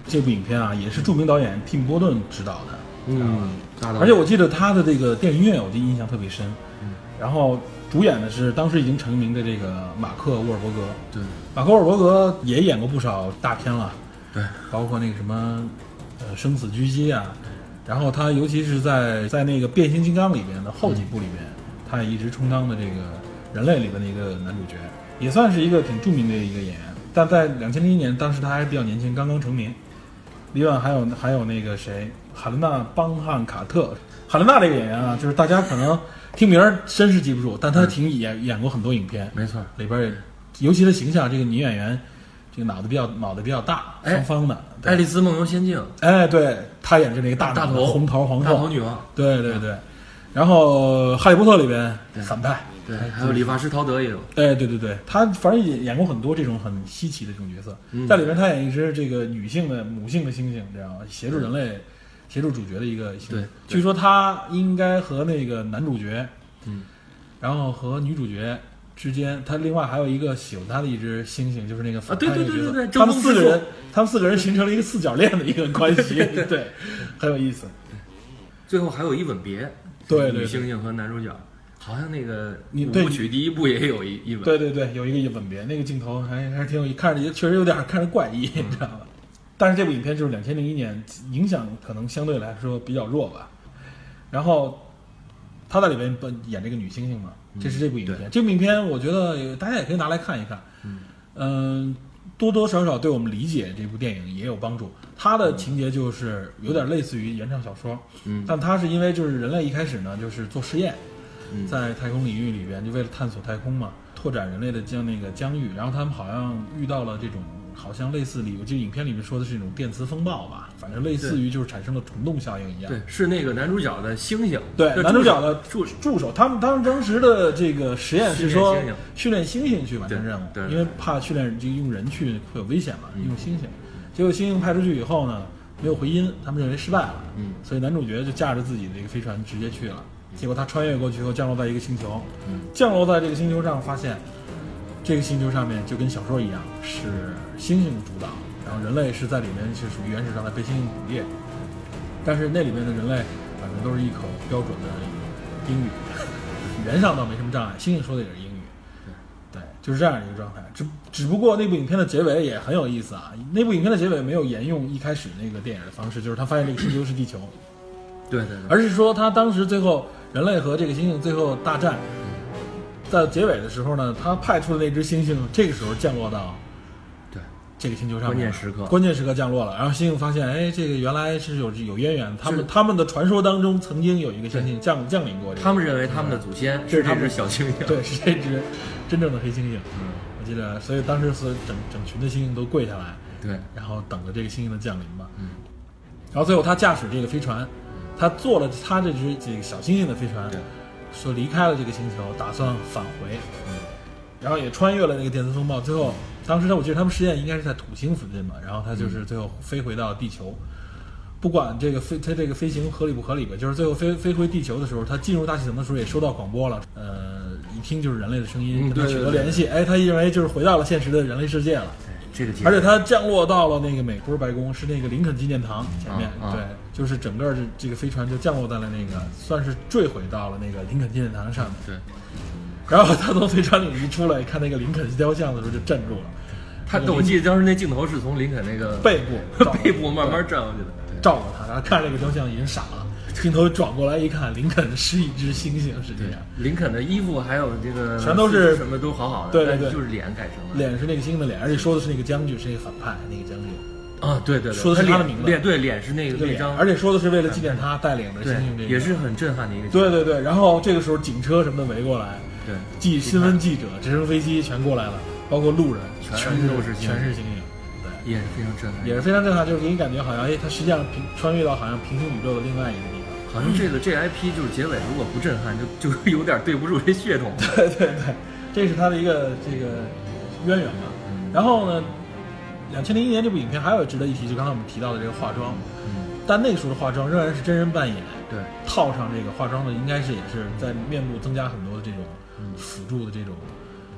这部影片啊，也是著名导演蒂姆·波顿执导的。 嗯，大导演而且我记得他的这个电影音乐，我就印象特别深。 嗯， 然后主演的是当时已经成名的这个马克·沃尔伯格。 对， 马克·沃尔伯格也演过不少大片了， 对， 包括那个什么呃《生死狙击》啊。然后他尤其是在在那个《变形金刚》里边的后几部里边，嗯、他也一直充当的这个人类里边的一个男主角，也算是一个挺著名的一个演员。但在两千零一年，当时他还比较年轻，刚刚成名。另外还有还有那个谁，海伦娜·邦汉卡特。海伦娜这个演员啊，就是大家可能听名儿真是记不住，但她挺演、嗯、演过很多影片， 没错， 里边也尤其是形象，这个女演员。这个脑袋比较脑袋比较大，方方的。 爱丽丝梦游仙境， 哎，对，她演是那个大大头红桃皇后， 大头女王。 对对对。然后《哈利波特》里边反派， 对，还有理发师陶德也有。 哎，对对对，她反正也演过很多这种很稀奇的这种角色， 嗯、 在里边她演一只这个女性的母性的猩猩，这样协助人类、嗯、协助主角的一个。 对， 据说她应该和那个男主角， 嗯， 然后和女主角。之间，他另外还有一个喜欢他的一只猩猩，就是那个反派的角色。啊，对对对对对， 他们四个人，他们四个人形成了一个四角恋的一个关系， 对, 对，很有意思。 最后还有一吻别， 对对， 女猩猩和男主角，好像那个五部曲第一部也有一一吻。 对对对，有一个一吻别，那个镜头还还是挺有意，看着也确实有点看着怪异，你知道吧？但是这部影片就是两千零一年，影响可能相对来说比较弱吧。然后他在里边演这个女猩猩嘛。这是这部影片， 嗯、 这部影片我觉得大家也可以拿来看一看，嗯、呃，多多少少对我们理解这部电影也有帮助。它的情节就是有点类似于原创小说， 嗯， 但它是因为就是人类一开始呢就是做实验， 嗯、 在太空领域里边就为了探索太空嘛，拓展人类的将那个疆域，然后他们好像遇到了这种好像类似里，我记得影片里面说的是一种电磁风暴吧，反正类似于就是产生了虫洞效应一样。 对，是那个男主角的猩猩。 对，男主角的助助手，他们他们当时的这个实验是说训练猩猩去完成任务， 对对对， 因为怕训练这个用人去会有危险嘛，嗯、用猩猩。结果猩猩派出去以后呢，没有回音，他们认为失败了， 嗯， 所以男主角就驾着自己的这个飞船直接去了。结果他穿越过去后降落在一个星球， 嗯， 降落在这个星球上，发现这个星球上面就跟小说一样是猩猩主导。然后人类是在里面是属于原始状态，被猩猩捕猎，但是那里面的人类反正都是一口标准的英语，语言上倒没什么障碍，猩猩说的也是英语，对，就是这样一个状态。只只不过那部影片的结尾也很有意思啊，那部影片的结尾没有沿用一开始那个电影的方式，就是他发现这个星球是地球， 对对对， 而是说他当时最后人类和这个猩猩最后大战，在结尾的时候呢，他派出的那只猩猩这个时候降落到。这个星球上关键时刻， 关键时刻降落了，然后猩猩发现，哎，这个原来是有有渊源，他们他们的传说当中曾经有一个猩猩降降临过、这个， 他们认为他们的祖先是这只小猩猩， 对，是这只真正的黑猩猩。 嗯， 我记得，所以当时是整整群的猩猩都跪下来， 对， 然后等着这个猩猩的降临嘛。 嗯， 然后最后他驾驶这个飞船，他坐了他这只这个小猩猩的飞船， 对， 说离开了这个星球，打算返回。 嗯， 然后也穿越了那个电磁风暴，最后。当时他我记得他们实验应该是在土星附近嘛，然后他就是最后飞回到地球，嗯、不管这个飞他这个飞行合理不合理吧，就是最后飞飞回地球的时候，他进入大气层的时候也收到广播了，呃，一听就是人类的声音，跟他取得联系，哎，他认为就是回到了现实的人类世界了。 这个， 而且他降落到了那个美不是白宫，是那个林肯纪念堂前面， 啊啊、 对，就是整个这这个飞船就降落在了那个算是坠毁到了那个林肯纪念堂上面， 对。 然后他从飞船里一出来，看那个林肯雕像的时候就镇住了。 他，我记得当时那镜头是从林肯那个背部背部慢慢站过去的， 照过他，然后看这个雕像已经傻了。镜头转过来一看，林肯是一只猩猩，是这样。 林肯的衣服还有这个全都是什么都好好的， 对对对， 就是脸改成了脸是那个猩猩的脸，而且说的是那个将军是那个反派那个将军啊，对对对， 说的是他的名字， 脸对脸是那个那张， 而且说的是为了纪念他带领着猩猩这个， 也是很震撼的一个。 对对对，然后这个时候警车什么的围过来。 对， 记新闻记者、直升飞机全过来了，包括路人， 全都是全是猩猩， 对，也是非常震撼， 也是非常震撼，就是给你感觉好像，哎，它实际上平穿越到好像平行宇宙的另外一个地方， 好像这个这 I P 就是结尾如果不震撼，就就有点对不住这血统。 对对对，这是它的一个这个渊源嘛。嗯、然后呢，两千零一年这部影片还有值得一提，就刚才我们提到的这个化妆， 嗯， 但那个时候的化妆仍然是真人扮演， 对， 套上这个化妆的应该是也是在面部增加很多的这种。辅助的这种这个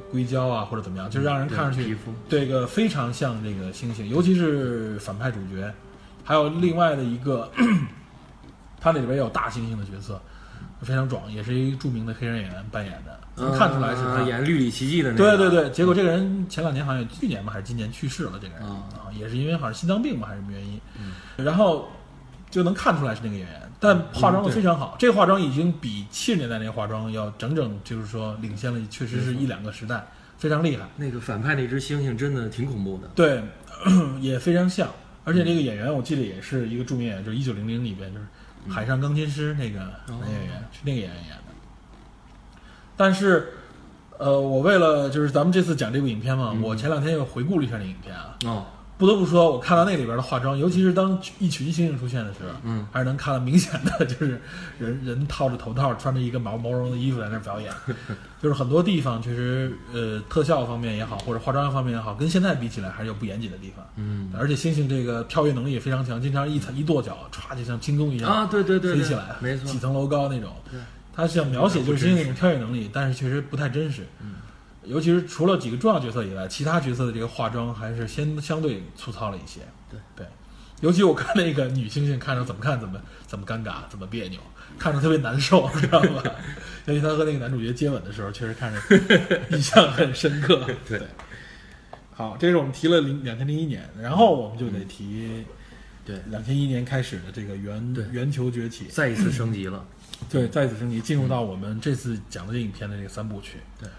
硅胶啊或者怎么样，就让人看上去皮肤这个非常像这个猩猩，尤其是反派主角，还有另外的一个，他那里边也有大猩猩的角色，非常壮，也是一个著名的黑人演员扮演的，能看出来是他、 呃、演《绿里奇迹》的那个。 个。 对对对，结果这个人前两年好像去年吧还是今年去世了，这个人、 嗯、 啊，也是因为好像心脏病吧还是什么原因，嗯、然后就能看出来是那个演员。但化妆的非常好，嗯、这个化妆已经比七十年代那个化妆要整整就是说领先了，确实是一两个时代，非常厉害。 那个反派那只猩猩真的挺恐怖的， 对，也非常像。而且这个演员我记得也是一个著名演员，就是一九零零里边就是《海上钢琴师》那个男演员、哦、是那个演员演的。但是，呃，我为了就是咱们这次讲这部影片嘛，嗯、我前两天又回顾了一下那影片啊。 哦。 不得不说，我看到那里边的化妆，尤其是当一群猩猩出现的时候， 嗯， 还是能看到明显的，就是人人套着头套，穿着一个毛毛绒的衣服在那儿表演，就是很多地方确实，呃，特效方面也好，或者化妆方面也好，跟现在比起来还是有不严谨的地方。 嗯， 而且猩猩这个跳跃能力也非常强，经常一踩一跺脚，歘就像轻松一样啊，对对对， 飞起来， 没错， 几层楼高那种。 对， 他想描写就是猩猩那种跳跃能力，但是确实不太真实。 嗯。 尤其是除了几个重要角色以外，其他角色的这个化妆还是先相对粗糙了一些。 对对，尤其我看那个女猩猩，看着怎么看怎么怎么尴尬，怎么别扭，看着特别难受，知道吧？尤其她和那个男主角接吻的时候，确实看着印象很深刻。 对， 对好，这是我们提了零两千零一年，然后我们就得提， 对， 两千一年开始的这个圆圆球崛起， 再一次升级了。 对，再一次升级，进入到我们这次讲的这影片的这个三部曲。 对。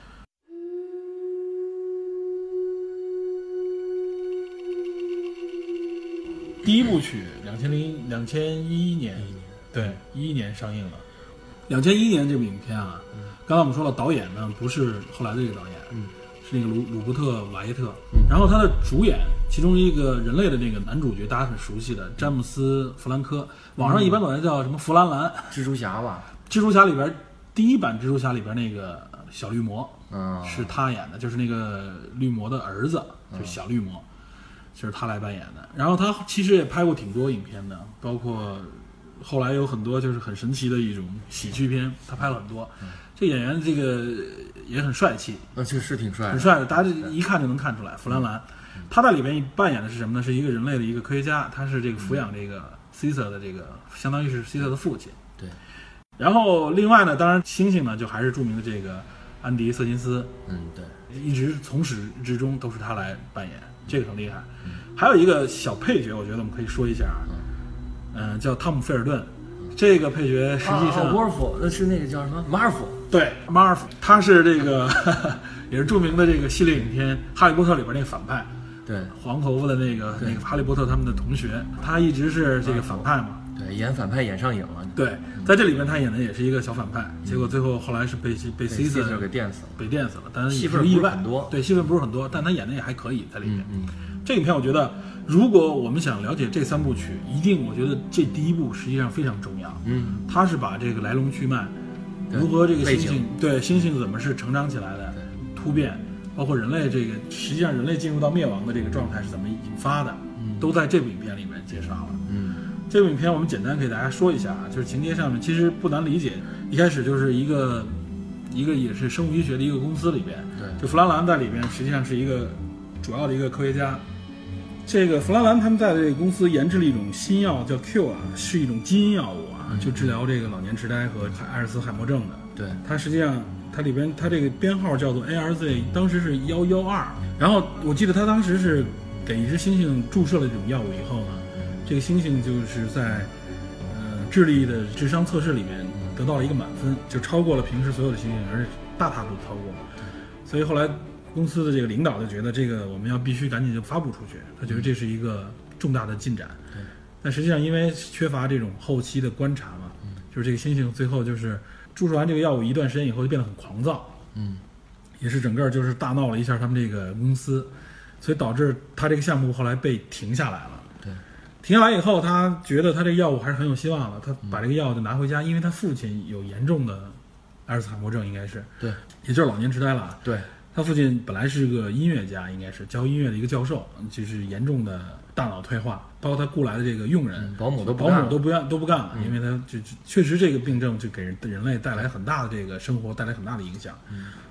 第一部曲，两千零两千一一年，对，一一年上映了。两千一一年这部影片啊，嗯、刚才我们说了，导演呢不是后来的这个导演， 嗯， 是那个鲁鲁伯特·瓦耶特。 嗯、 然后他的主演，其中一个人类的那个男主角，大家很熟悉的詹姆斯·弗兰科，网上一般管他叫什么弗兰兰， 蜘蛛侠吧？ 蜘蛛侠里边第一版蜘蛛侠里边那个小绿魔， 嗯， 是他演的，就是那个绿魔的儿子，就是小绿魔。嗯就是他来扮演的，然后他其实也拍过挺多影片的，包括后来有很多就是很神奇的一种喜剧片，他拍了很多。嗯、这演员这个也很帅气， 呃，这是挺帅的， 很帅的，大家一看就能看出来。弗兰兰，嗯、他在里边扮演的是什么呢？是一个人类的一个科学家，他是这个抚养这个 Caesar 的这个，相当于是 Caesar 的父亲。 对。 然后另外呢，当然猩猩呢就还是著名的这个安迪·瑟金斯。 嗯，对， 一直从始至终都是他来扮演。这个很厉害，还有一个小配角，我觉得我们可以说一下啊，嗯、呃，叫汤姆·菲尔顿，这个配角实际上， 沃尔夫，那是那个叫什么马尔夫？ 对，马尔夫，他是这个也是著名的这个系列影片《哈利波特》里边那个反派， 对， 黄头发的那个那个哈利波特他们的同学，他一直是这个反派嘛， 对，演反派演上瘾了， 对，在这里面他演的也是一个小反派，嗯、结果最后后来是被被 Caesar 给电死了， 被电死了，但是戏份意外很多， 对，戏份不是很多，但他演的也还可以在里面。 嗯， 嗯这影片我觉得，如果我们想了解这三部曲，一定我觉得这第一部实际上非常重要。 嗯， 他是把这个来龙去脉，如何这个猩猩对猩猩怎么是成长起来的，突变，包括人类这个实际上人类进入到灭亡的这个状态是怎么引发的， 嗯、 都在这部影片里面介绍了。 嗯。 这部影片我们简单给大家说一下啊，就是情节上面其实不难理解。一开始就是一个一个也是生物医学的一个公司里边， 对， 就弗兰兰在里边实际上是一个主要的一个科学家。这个弗兰兰他们在这个公司研制了一种新药叫 Q 啊，是一种基因药物啊，就治疗这个老年痴呆和阿尔茨海默症的。 对， 它实际上它里边它这个编号叫做 A R Z， 当时是一一二。然后我记得他当时是给一只猩猩注射了这种药物以后呢。这个猩猩就是在，呃，智力的智商测试里面得到了一个满分，就超过了平时所有的猩猩，而且大踏步超过。所以后来公司的这个领导就觉得这个我们要必须赶紧就发布出去，他觉得这是一个重大的进展。 对。 但实际上因为缺乏这种后期的观察嘛，嗯、就是这个猩猩最后就是注射完这个药物一段时间以后就变得很狂躁， 嗯， 也是整个就是大闹了一下他们这个公司，所以导致他这个项目后来被停下来了。停下来以后，他觉得他这个药物还是很有希望的，他把这个药就拿回家，因为他父亲有严重的阿尔茨海默症，应该是对， 也就是老年痴呆了。 对， 他父亲本来是个音乐家，应该是教音乐的一个教授，就是严重的大脑退化，包括他雇来的这个佣人、 嗯、保姆都不保姆都不愿都不干了， 嗯、 因为他就确实这个病症就给人人类带来很大的这个生活带来很大的影响。 嗯、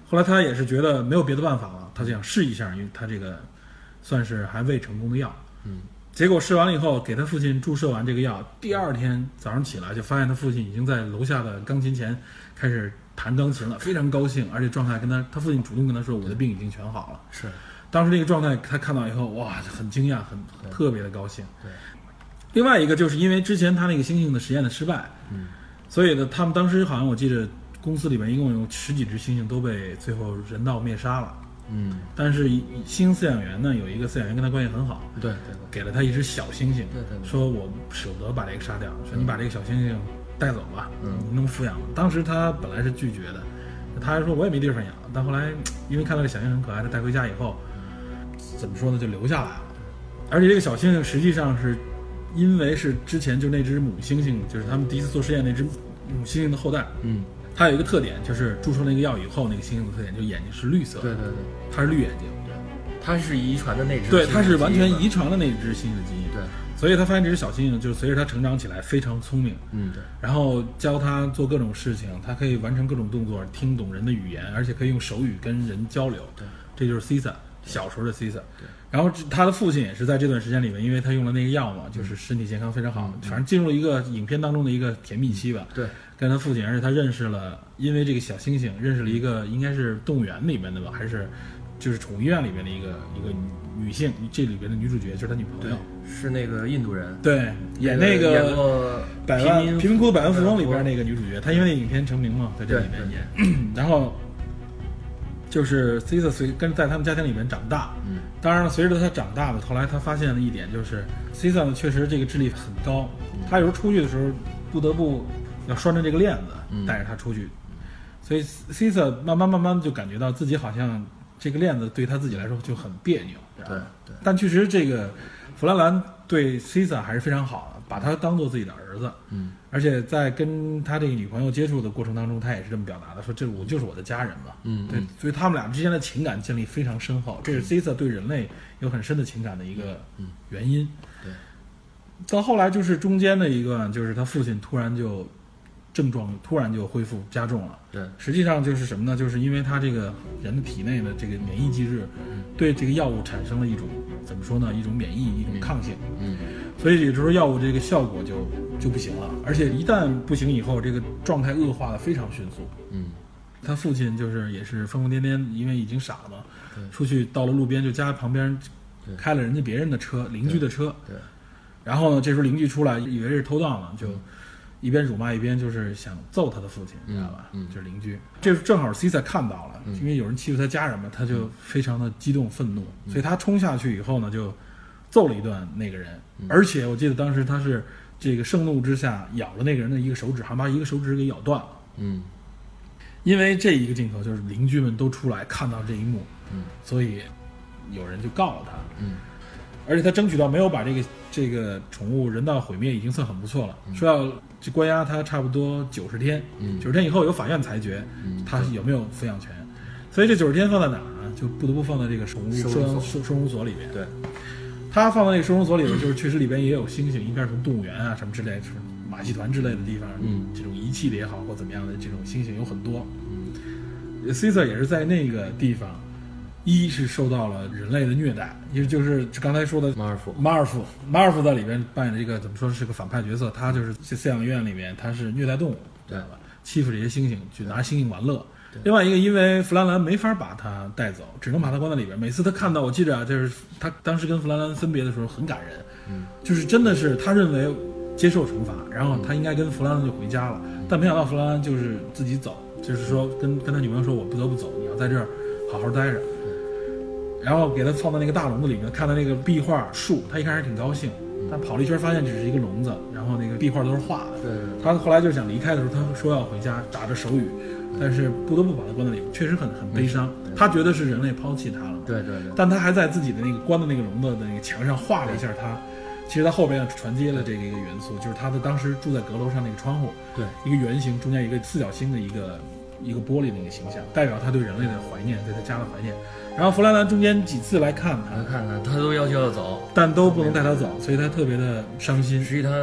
后来他也是觉得没有别的办法了，他就想试一下，因为他这个算是还未成功的药。 嗯， 结果试完了以后，给他父亲注射完这个药，第二天早上起来就发现他父亲已经在楼下的钢琴前开始弹钢琴了，非常高兴，而且状态跟他他父亲主动跟他说我的病已经全好了。 是， 当时这个状态他看到以后，哇，很惊讶，很特别的高兴。 对。 另外一个就是因为之前他那个猩猩的实验的失败， 嗯， 所以呢，他们当时好像我记得公司里面一共有十几只猩猩都被最后人道灭杀了。 嗯， 但是猩猩饲养员呢，有一个饲养员跟他关系很好， 对对， 给了他一只小猩猩， 对对对， 说我舍不得把这个杀掉，说你把这个小猩猩带走吧， 嗯， 你能抚养吗？当时他本来是拒绝的，他还说我也没地方养，但后来因为看到这小猩猩很可爱，他带回家以后，怎么说呢，就留下来了。而且这个小猩猩实际上是因为是之前就那只母猩猩，就是他们第一次做实验那只母猩猩的后代， 嗯， 它有一个特点，就是注射那个药以后，那个猩猩的特点就眼睛是绿色的， 对对对， 它是绿眼睛。 它是遗传的那只， 对，它是完全遗传的那只猩猩的基因。 对， 所以他发现这只小猩猩就是随着它成长起来非常聪明， 嗯，对， 然后教它做各种事情，它可以完成各种动作，听懂人的语言，而且可以用手语跟人交流。 对， 这就是 Caesar 小时候的 Caesar。对，然后他的父亲也是在这段时间里面，因为他用了那个药嘛，就是身体健康非常好， 嗯、 反正进入了一个影片当中的一个甜蜜期吧。 对， 跟他父亲，而且他认识了，因为这个小猩猩认识了一个应该是动物园里面的吧，还是就是宠物医院里面的一个一个女性，这里边的女主角就是他女朋友， 是那个印度人， 对，演那个演过百万贫民窟的百万富翁里边那个女主角，她因为那影片成名嘛，在这里面演。然后就是 Caesar 随跟在他们家庭里面长大， 嗯， 当然了，随着他长大了，后来他发现了一点，就是 Caesar 呢确实这个智力很高，他有时候出去的时候不得不要拴着这个链子带着他出去，所以 Caesar 慢慢慢慢就感觉到自己好像这个链子对他自己来说就很别扭， 对对。 但确实这个弗兰兰对 Caesar 还是非常好的，把他当做自己的儿子， 嗯， 而且在跟他这个女朋友接触的过程当中，他也是这么表达的，说这我就是我的家人嘛， 嗯， 对，所以他们俩之间的情感建立非常深厚，这是 Caesar 对人类有很深的情感的一个原因。 对， 到后来就是中间的一个，就是他父亲突然就症状突然就恢复加重了。 对， 实际上就是什么呢？就是因为他这个人的体内的这个免疫机制，对这个药物产生了一种怎么说呢？一种免疫，一种抗性。 嗯， 所以有时候药物这个效果就就不行了，而且一旦不行以后，这个状态恶化的非常迅速。 嗯， 他父亲就是也是疯疯癫癫，因为已经傻了嘛，出去到了路边就家旁边开了人家别人的车，邻居的车。 对。 然后呢，这时候邻居出来，以为是偷盗呢，就一边辱骂一边就是想揍他的父亲，你知道吧？ 嗯， 就是邻居。这正好 Caesar 看到了，因为有人欺负他家人嘛，他就非常的激动愤怒，所以他冲下去以后呢，就揍了一顿那个人，而且我记得当时他是这个盛怒之下咬了那个人的一个手指，还把一个手指给咬断了。 嗯， 因为这一个镜头就是邻居们都出来看到这一幕， 嗯， 所以有人就告了他。 嗯。 而且他争取到没有把这个这个宠物人道毁灭，已经算很不错了。嗯、说要去关押他差不多九十天， 嗯， 九十天以后由法院裁决， 嗯， 他有没有抚养权。所以这九十天放在哪儿呢？就不得不放在这个宠物收容收收容所里边。 对， 他放在那个收容所里边，就是确实里边也有猩猩，应该是从动物园啊什么之类的，马戏团之类的地方， 嗯， 这种遗弃的也好或怎么样的这种猩猩有很多。嗯 ，Caesar 也是在那个地方。一是受到了人类的虐待，也就是刚才说的马尔福， 马尔福，马尔福在里边扮演的这个怎么说是个反派角色，他就是在饲养院里面他是虐待动物， 对吧？ 欺负这些猩猩，去拿猩猩玩乐。另外一个，因为弗兰兰没法把他带走，只能把他关在里边。每次他看到，我记着啊，就是他当时跟弗兰兰分别的时候很感人， 嗯， 就是真的是他认为接受惩罚，然后他应该跟弗兰兰就回家了，嗯、但没想到弗兰兰就是自己走，就是说跟跟他女朋友说，我不得不走，你要在这儿好好待着。然后给他放在那个大笼子里面，看到那个壁画树，他一开始挺高兴，但跑了一圈发现只是一个笼子，然后那个壁画都是画的。 对， 他后来就想离开的时候，他说要回家，打着手语，但是不得不把他关在里面，确实很很悲伤。他觉得是人类抛弃他了， 对对对， 但他还在自己的那个关的那个笼子的那个墙上画了一下他。其实他后边传接了这个一个元素，就是他的当时住在阁楼上那个窗户， 对， 一个圆形中间一个四角星的一个一个玻璃的一个形象，代表他对人类的怀念，对他家的怀念。然后弗兰兰中间几次来看他， 看看他都要求要走， 但都不能带他走，所以他特别的伤心。 实际他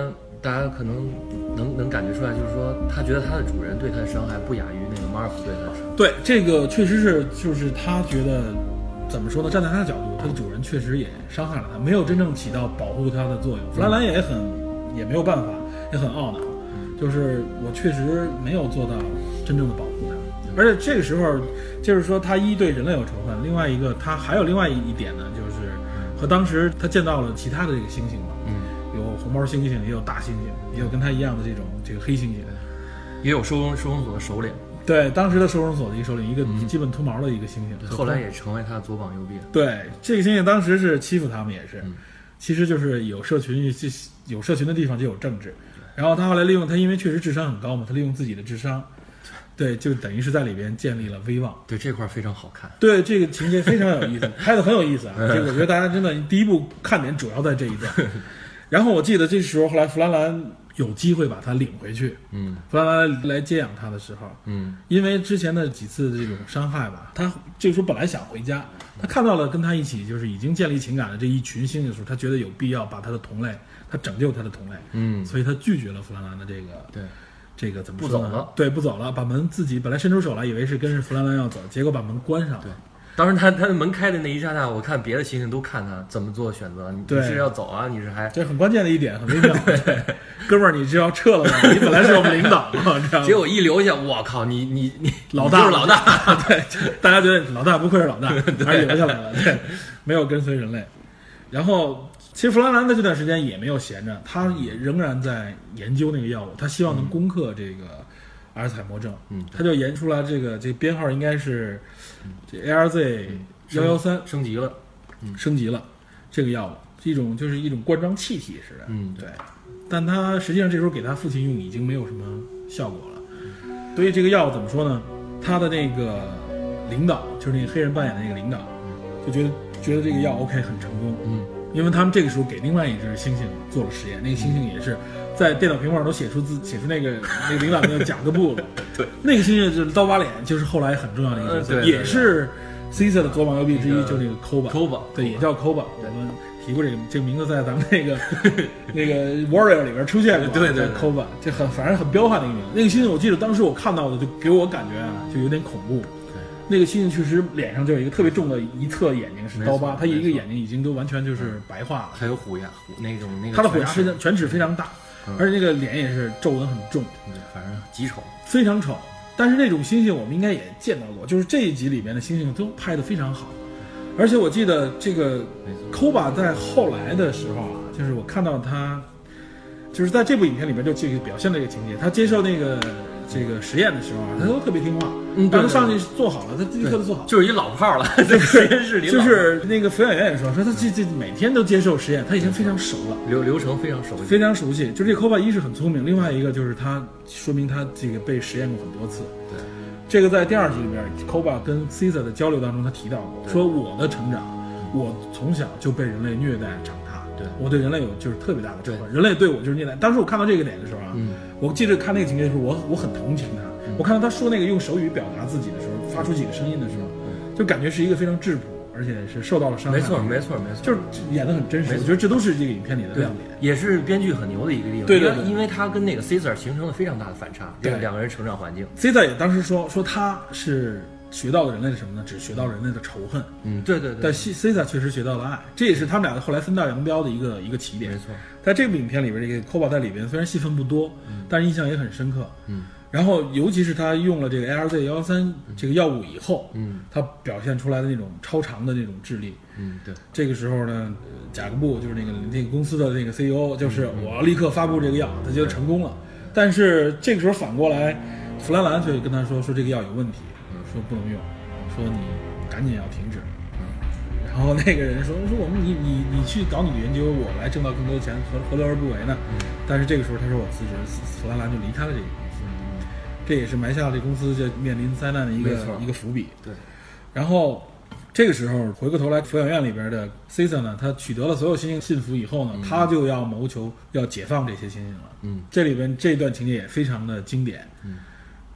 大家可能能能感觉出来，就是说他觉得他的主人对他的伤害不亚于那个马尔福对他的伤害。 对，这个确实是，就是他觉得怎么说呢？站在他的角度，他的主人确实也伤害了他，没有真正起到保护他的作用。弗兰兰也很也没有办法，也很懊恼，就是我确实没有做到真正的保护他。而且这个时候，就是说他一对人类有仇恨，另外一个他还有另外一点呢，就是和当时他见到了其他的这个猩猩嘛，嗯，有红毛猩猩，也有大猩猩，也有跟他一样的这种这个黑猩猩， 也有收容收容所的首领。 对，当时的收容所的一个首领，一个基本秃毛的一个猩猩， 嗯、后来也成为他的左膀右臂。 对，这个猩猩当时是欺负他们，也是，嗯、其实就是有社群，有社群的地方就有政治。然后他后来利用他，因为确实智商很高嘛，他利用自己的智商。对，就等于是在里边建立了威望。 对，这块非常好看。 对，这个情节非常有意思，拍的很有意思啊。这个我觉得大家真的第一部看点主要在这一段。然后我记得这时候后来弗兰兰有机会把他领回去，嗯，弗兰兰来接养他的时候，嗯，因为之前的几次的这种伤害吧，他这个时候本来想回家，他看到了跟他一起就是已经建立情感的这一群猩猩的时候，他觉得有必要把他的同类，他拯救他的同类，嗯，所以他拒绝了弗兰兰的这个对。这个怎么说呢？ 不走了， 对，不走了，把门自己本来伸出手来，以为是跟着弗兰兰要走，结果把门关上了。 对，当时他他的门开的那一刹那，我看别的猩猩都看他怎么做选择，你是要走啊，你是还这很关键的一点，很微妙。对，哥们儿，你只要撤了吧，你本来是我们领导， 结果一留下，我靠，你你你老大就是老大， 对，大家觉得老大不愧是老大，还是留下来了，对，没有跟随人类，然后。其实弗兰兰的这段时间也没有闲着，他也仍然在研究那个药物，他希望能攻克这个阿尔茨海默症。嗯，他就研出来这个这编号应该是这 A R Z 一一三升级了， 嗯，升级了这个药物是一种就是一种灌装气体似的。嗯，对。但他实际上这时候给他父亲用已经没有什么效果了，所以这个药物怎么说呢？他的那个领导就是那个黑人扮演的那个领导，就觉得觉得这个药 OK 很成功。嗯。因为他们这个时候给另外一只猩猩做了实验，那个猩猩也是在电脑屏幕上都写出字，写出那个那个领导那个甲个部了。对，那个猩猩就是刀疤脸，就是后来很重要的一个角色，也是 Caesar 的左膀右臂之一，就是那个 Koba。Koba， 对，也叫 Koba。我们提过这个这个名字，在咱们那个那个 Warrior 里边出现过。 对对 ，Koba， 这很反正很彪悍的一个名字。那个猩猩，我记得当时我看到的，就给我感觉啊，就有点恐怖。那个猩猩确实脸上就有一个特别重的一侧眼睛是刀疤，他一个眼睛已经都完全就是白化了。 还有虎牙虎那种那个， 他的虎牙是犬齿非常大，嗯、而且那个脸也是皱纹很重， 反正极丑， 非常丑。但是那种猩猩我们应该也见到过，就是这一集里面的猩猩都拍得非常好。而且我记得这个 Koba 在后来的时候啊，就是我看到他，就是在这部影片里面就这个表现这个情节，他接受那个。这个实验的时候啊，他都特别听话，嗯，当他上去做好了，他立刻就做好， 就是一老炮了。这个实验室里， 就是那个服养员也说，说他这这每天都接受实验，他已经非常熟了， 流流程非常熟悉， 非常熟悉。就这 Koba 一是很聪明，另外一个就是他说明他这个被实验过很多次。对，这个在第二集里边 ，Koba 跟 Caesar 的交流当中，他提到过，说我的成长，我从小就被人类虐待长大。对，我对人类有就是特别大的仇恨，人类对我就是虐待。当时我看到这个点的时候啊，嗯、我记得看那个情节的时候，我我很同情他。嗯、我看到他说那个用手语表达自己的时候，发出几个声音的时候，嗯、就感觉是一个非常质朴，而且是受到了伤害。 没错，没错，没错， 就是演得很真实。我觉得这都是这个影片里的亮点， 也是编剧很牛的一个地方。 对对对， 因为他跟那个 Caesar 形成了非常大的反差，对两个人成长环境。 Caesar 也当时说说他是。学到了人类的什么呢？只学到了人类的仇恨。 嗯，对对对。 但 Caesar 确实学到了爱，这也是他们俩后来分道扬镳的一个一个起点。 没错， 在这部影片里边，这个 Koba 在里边虽然戏份不多，嗯、但是印象也很深刻。嗯。然后，尤其是他用了这个 A R Z 一一三这个药物以后，嗯，他表现出来的那种超长的那种智力。 嗯，对。 这个时候呢，贾各布就是那个那个公司的那个 C E O， 就是我要立刻发布这个药，他就成功了。但是这个时候反过来，弗兰兰就跟他说说这个药有问题，说不能用。说你赶紧要停止，然后那个人说说我们你你你去搞你的研究，我来挣到更多的钱，何何乐而不为呢？嗯、但是这个时候他说我辞职，弗兰兰就离开了这个公司，嗯、这也是埋下了这公司就面临灾难的一个一个伏笔。对，然后这个时候回过头来，服养院里边的 Caesar 呢，他取得了所有猩猩信服以后呢，嗯、他就要谋求要解放这些猩猩了。嗯，这里边这段情节也非常的经典。嗯。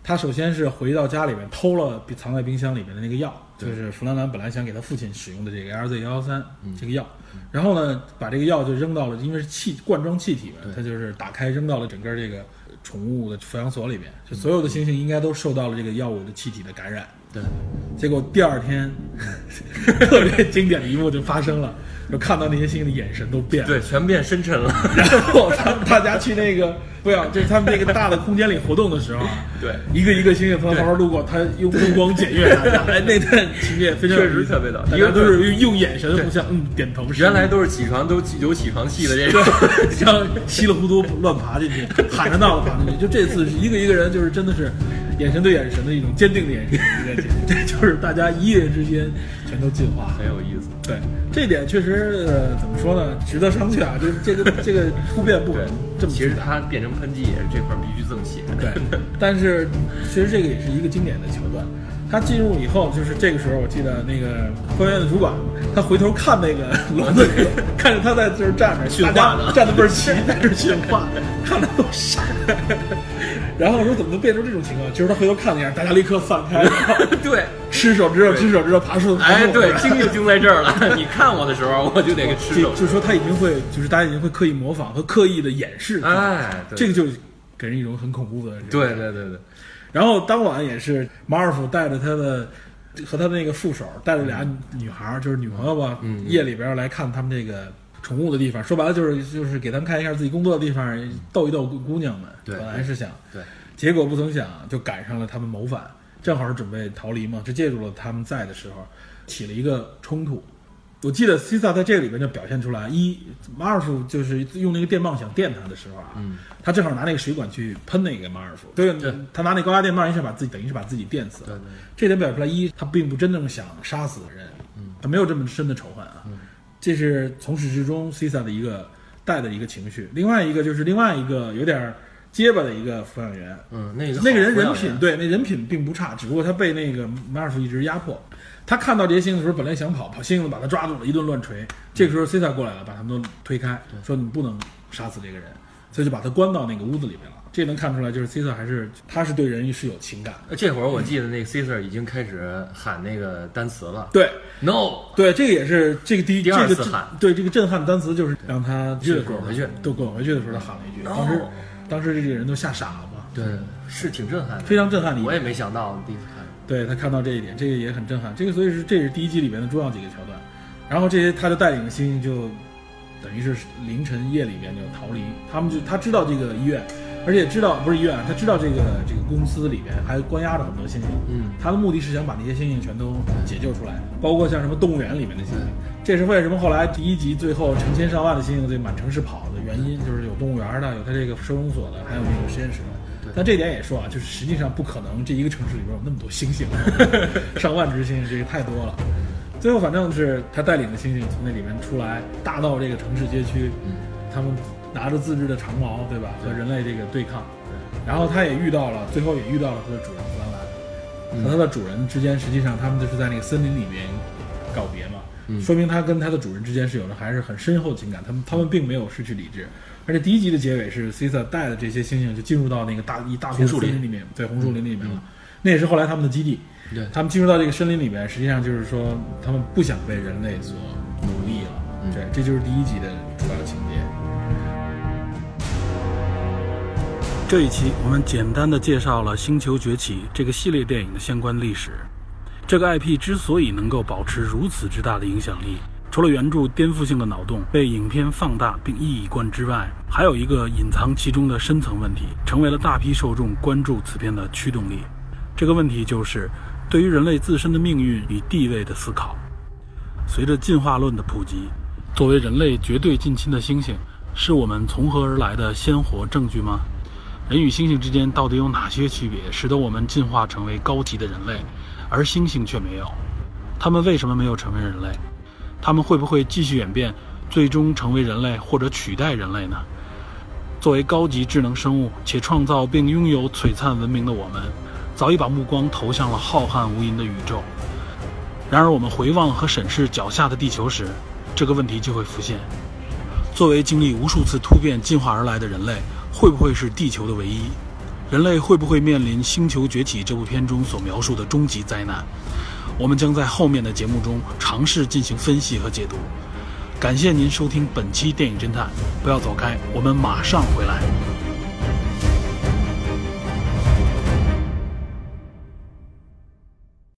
他首先是回到家里面偷了藏在冰箱里面的那个药，就是弗兰兰本来想给他父亲使用的这个 L Z 一一三这个药，然后呢把这个药就扔到了，因为是气罐装气体嘛，他就是打开扔到了整个这个宠物的抚养所里面，就所有的猩猩应该都受到了这个药物的气体的感染。 对， 结果第二天特别经典的一幕就发生了，就看到那些猩猩的眼神都变了， 对，全变深沉了。 然后他们大家去那个不要，就是他们这个大的空间里活动的时候啊， 对， 一个一个猩猩从旁边路过，他用目光检阅大家，哎，那段情节非常确实特别的， 大家都是用眼神互相嗯点头。 原来都是起床都有起床气的这种， 像稀里糊涂乱爬进去，喊着闹着爬进去。就这次是一个一个人，就是真的是眼神对眼神的一种坚定的眼神，这就是大家一夜之间全都进化， 很有意思。 对，这一点确实呃怎么说呢，值得商榷啊。就是这个这个突变不可能这么。 其实它变成喷剂也是这块必须这么写。 对，但是其实这个也是一个经典的桥段。他进入以后，就是这个时候，我记得那个科学院的主管，他回头看那个笼子里，看着他在就是站着训话呢， 站得倍儿齐，在这训话，看他都傻。然后说怎么能变成这种情况？就是他回头看了一下，大家立刻散开， 对， 吃手指头，吃手指头，爬树。 哎，对，精就精在这儿了。你看我的时候，我就得给吃手。 就是说他已经会，就是大家已经会刻意模仿和刻意的掩饰。 哎， 这个就给人一种很恐怖的。 对对对对。 然后当晚也是马尔福带着他的和他的那个副手带着俩女孩，就是女朋友吧， 嗯， 夜里边来看他们这个宠物的地方，说白了就是就是给他们看一下自己工作的地方，逗一逗姑娘们。 对， 本来是想， 对， 结果不曾想就赶上了他们谋反，正好是准备逃离嘛，就借助了他们在的时候起了一个冲突。我记得 C I S A 在这里边就表现出来，一马尔福就是用那个电棒想电他的时候啊， 嗯， 他正好拿那个水管去喷那个马尔福，对，他拿那高压电棒一下把自己等于是把自己电死了。 对对， 这点表现出来，一他并不真正想杀死人， 嗯， 他没有这么深的仇恨啊， 嗯， 这是从始至终 C I S A 的一个带的一个情绪。另外一个就是另外一个有点结巴的一个抚养员， 嗯，那个那个人人品对，那人品并不差，只不过他被那个马尔福一直压迫。他看到这些猩猩的时候，本来想跑，跑猩猩把他抓住了，一顿乱捶。这个时候 C I S A 过来了，把他们都推开，说你不能杀死这个人，所以就把他关到那个屋子里面了。这能看出来，就是 C I S A 还是他是对人是有情感的。 这会儿我记得那个 C I S A 已经开始喊那个单词了， 对 ，no， 对，这个也是这个第一第二次喊， 对这个震撼单词就是让他滚回去， 都滚回去的时候，他喊了一句，当时当时这个人都吓傻了嘛。 对，是挺震撼的， 非常震撼的。 我也没想到第一次看。 对，他看到这一点，这个也很震撼。这个所以是这是第一集里面的重要几个桥段。然后这些他就带领的猩猩就等于是凌晨夜里面就逃离。他们就他知道这个医院，而且知道不是医院，他知道这个这个公司里面还关押着很多猩猩。 嗯， 他的目的是想把那些猩猩全都解救出来，包括像什么动物园里面的猩猩。这是为什么后来第一集最后成千上万的猩猩对满城市跑的原因，就是有动物园的，有他这个收容所的，还有那个实验室的。但这点也说啊，就是实际上不可能，这一个城市里边有那么多猩猩，上万只猩猩，这个太多了。最后反正是他带领的猩猩从那里面出来，大到这个城市街区，他们拿着自制的长矛，对吧，和人类这个对抗。然后他也遇到了，最后也遇到了他的主人弗兰兰，和他的主人之间，实际上他们就是在那个森林里面告别嘛。说明他跟他的主人之间是有着还是很深厚的情感，他们他们并没有失去理智。而且第一集的结尾是 C I S A 带的这些猩猩就进入到那个大一大片森林里面，对，红树林里面了、嗯。那也是后来他们的基地。 对， 他们进入到这个森林里面，实际上就是说他们不想被人类所奴役了。 嗯、 对，这就是第一集的主要情节。这一期我们简单的介绍了《星球崛起》这个系列电影的相关历史。这个 I P 之所以能够保持如此之大的影响力，除了原著颠覆性的脑洞被影片放大并一以贯之外，还有一个隐藏其中的深层问题，成为了大批受众关注此片的驱动力。这个问题就是对于人类自身的命运与地位的思考。随着进化论的普及，作为人类绝对近亲的猩猩，是我们从何而来的鲜活证据吗？人与猩猩之间到底有哪些区别，使得我们进化成为高级的人类，而猩猩却没有？他们为什么没有成为人类？他们会不会继续演变，最终成为人类或者取代人类呢？作为高级智能生物且创造并拥有璀璨文明的我们，早已把目光投向了浩瀚无垠的宇宙。然而我们回望和审视脚下的地球时，这个问题就会浮现：作为经历无数次突变进化而来的人类，会不会是地球的唯一？ 人类会不会面临《星球崛起》这部片中所描述的终极灾难？我们将在后面的节目中尝试进行分析和解读。感谢您收听本期电影侦探，不要走开，我们马上回来。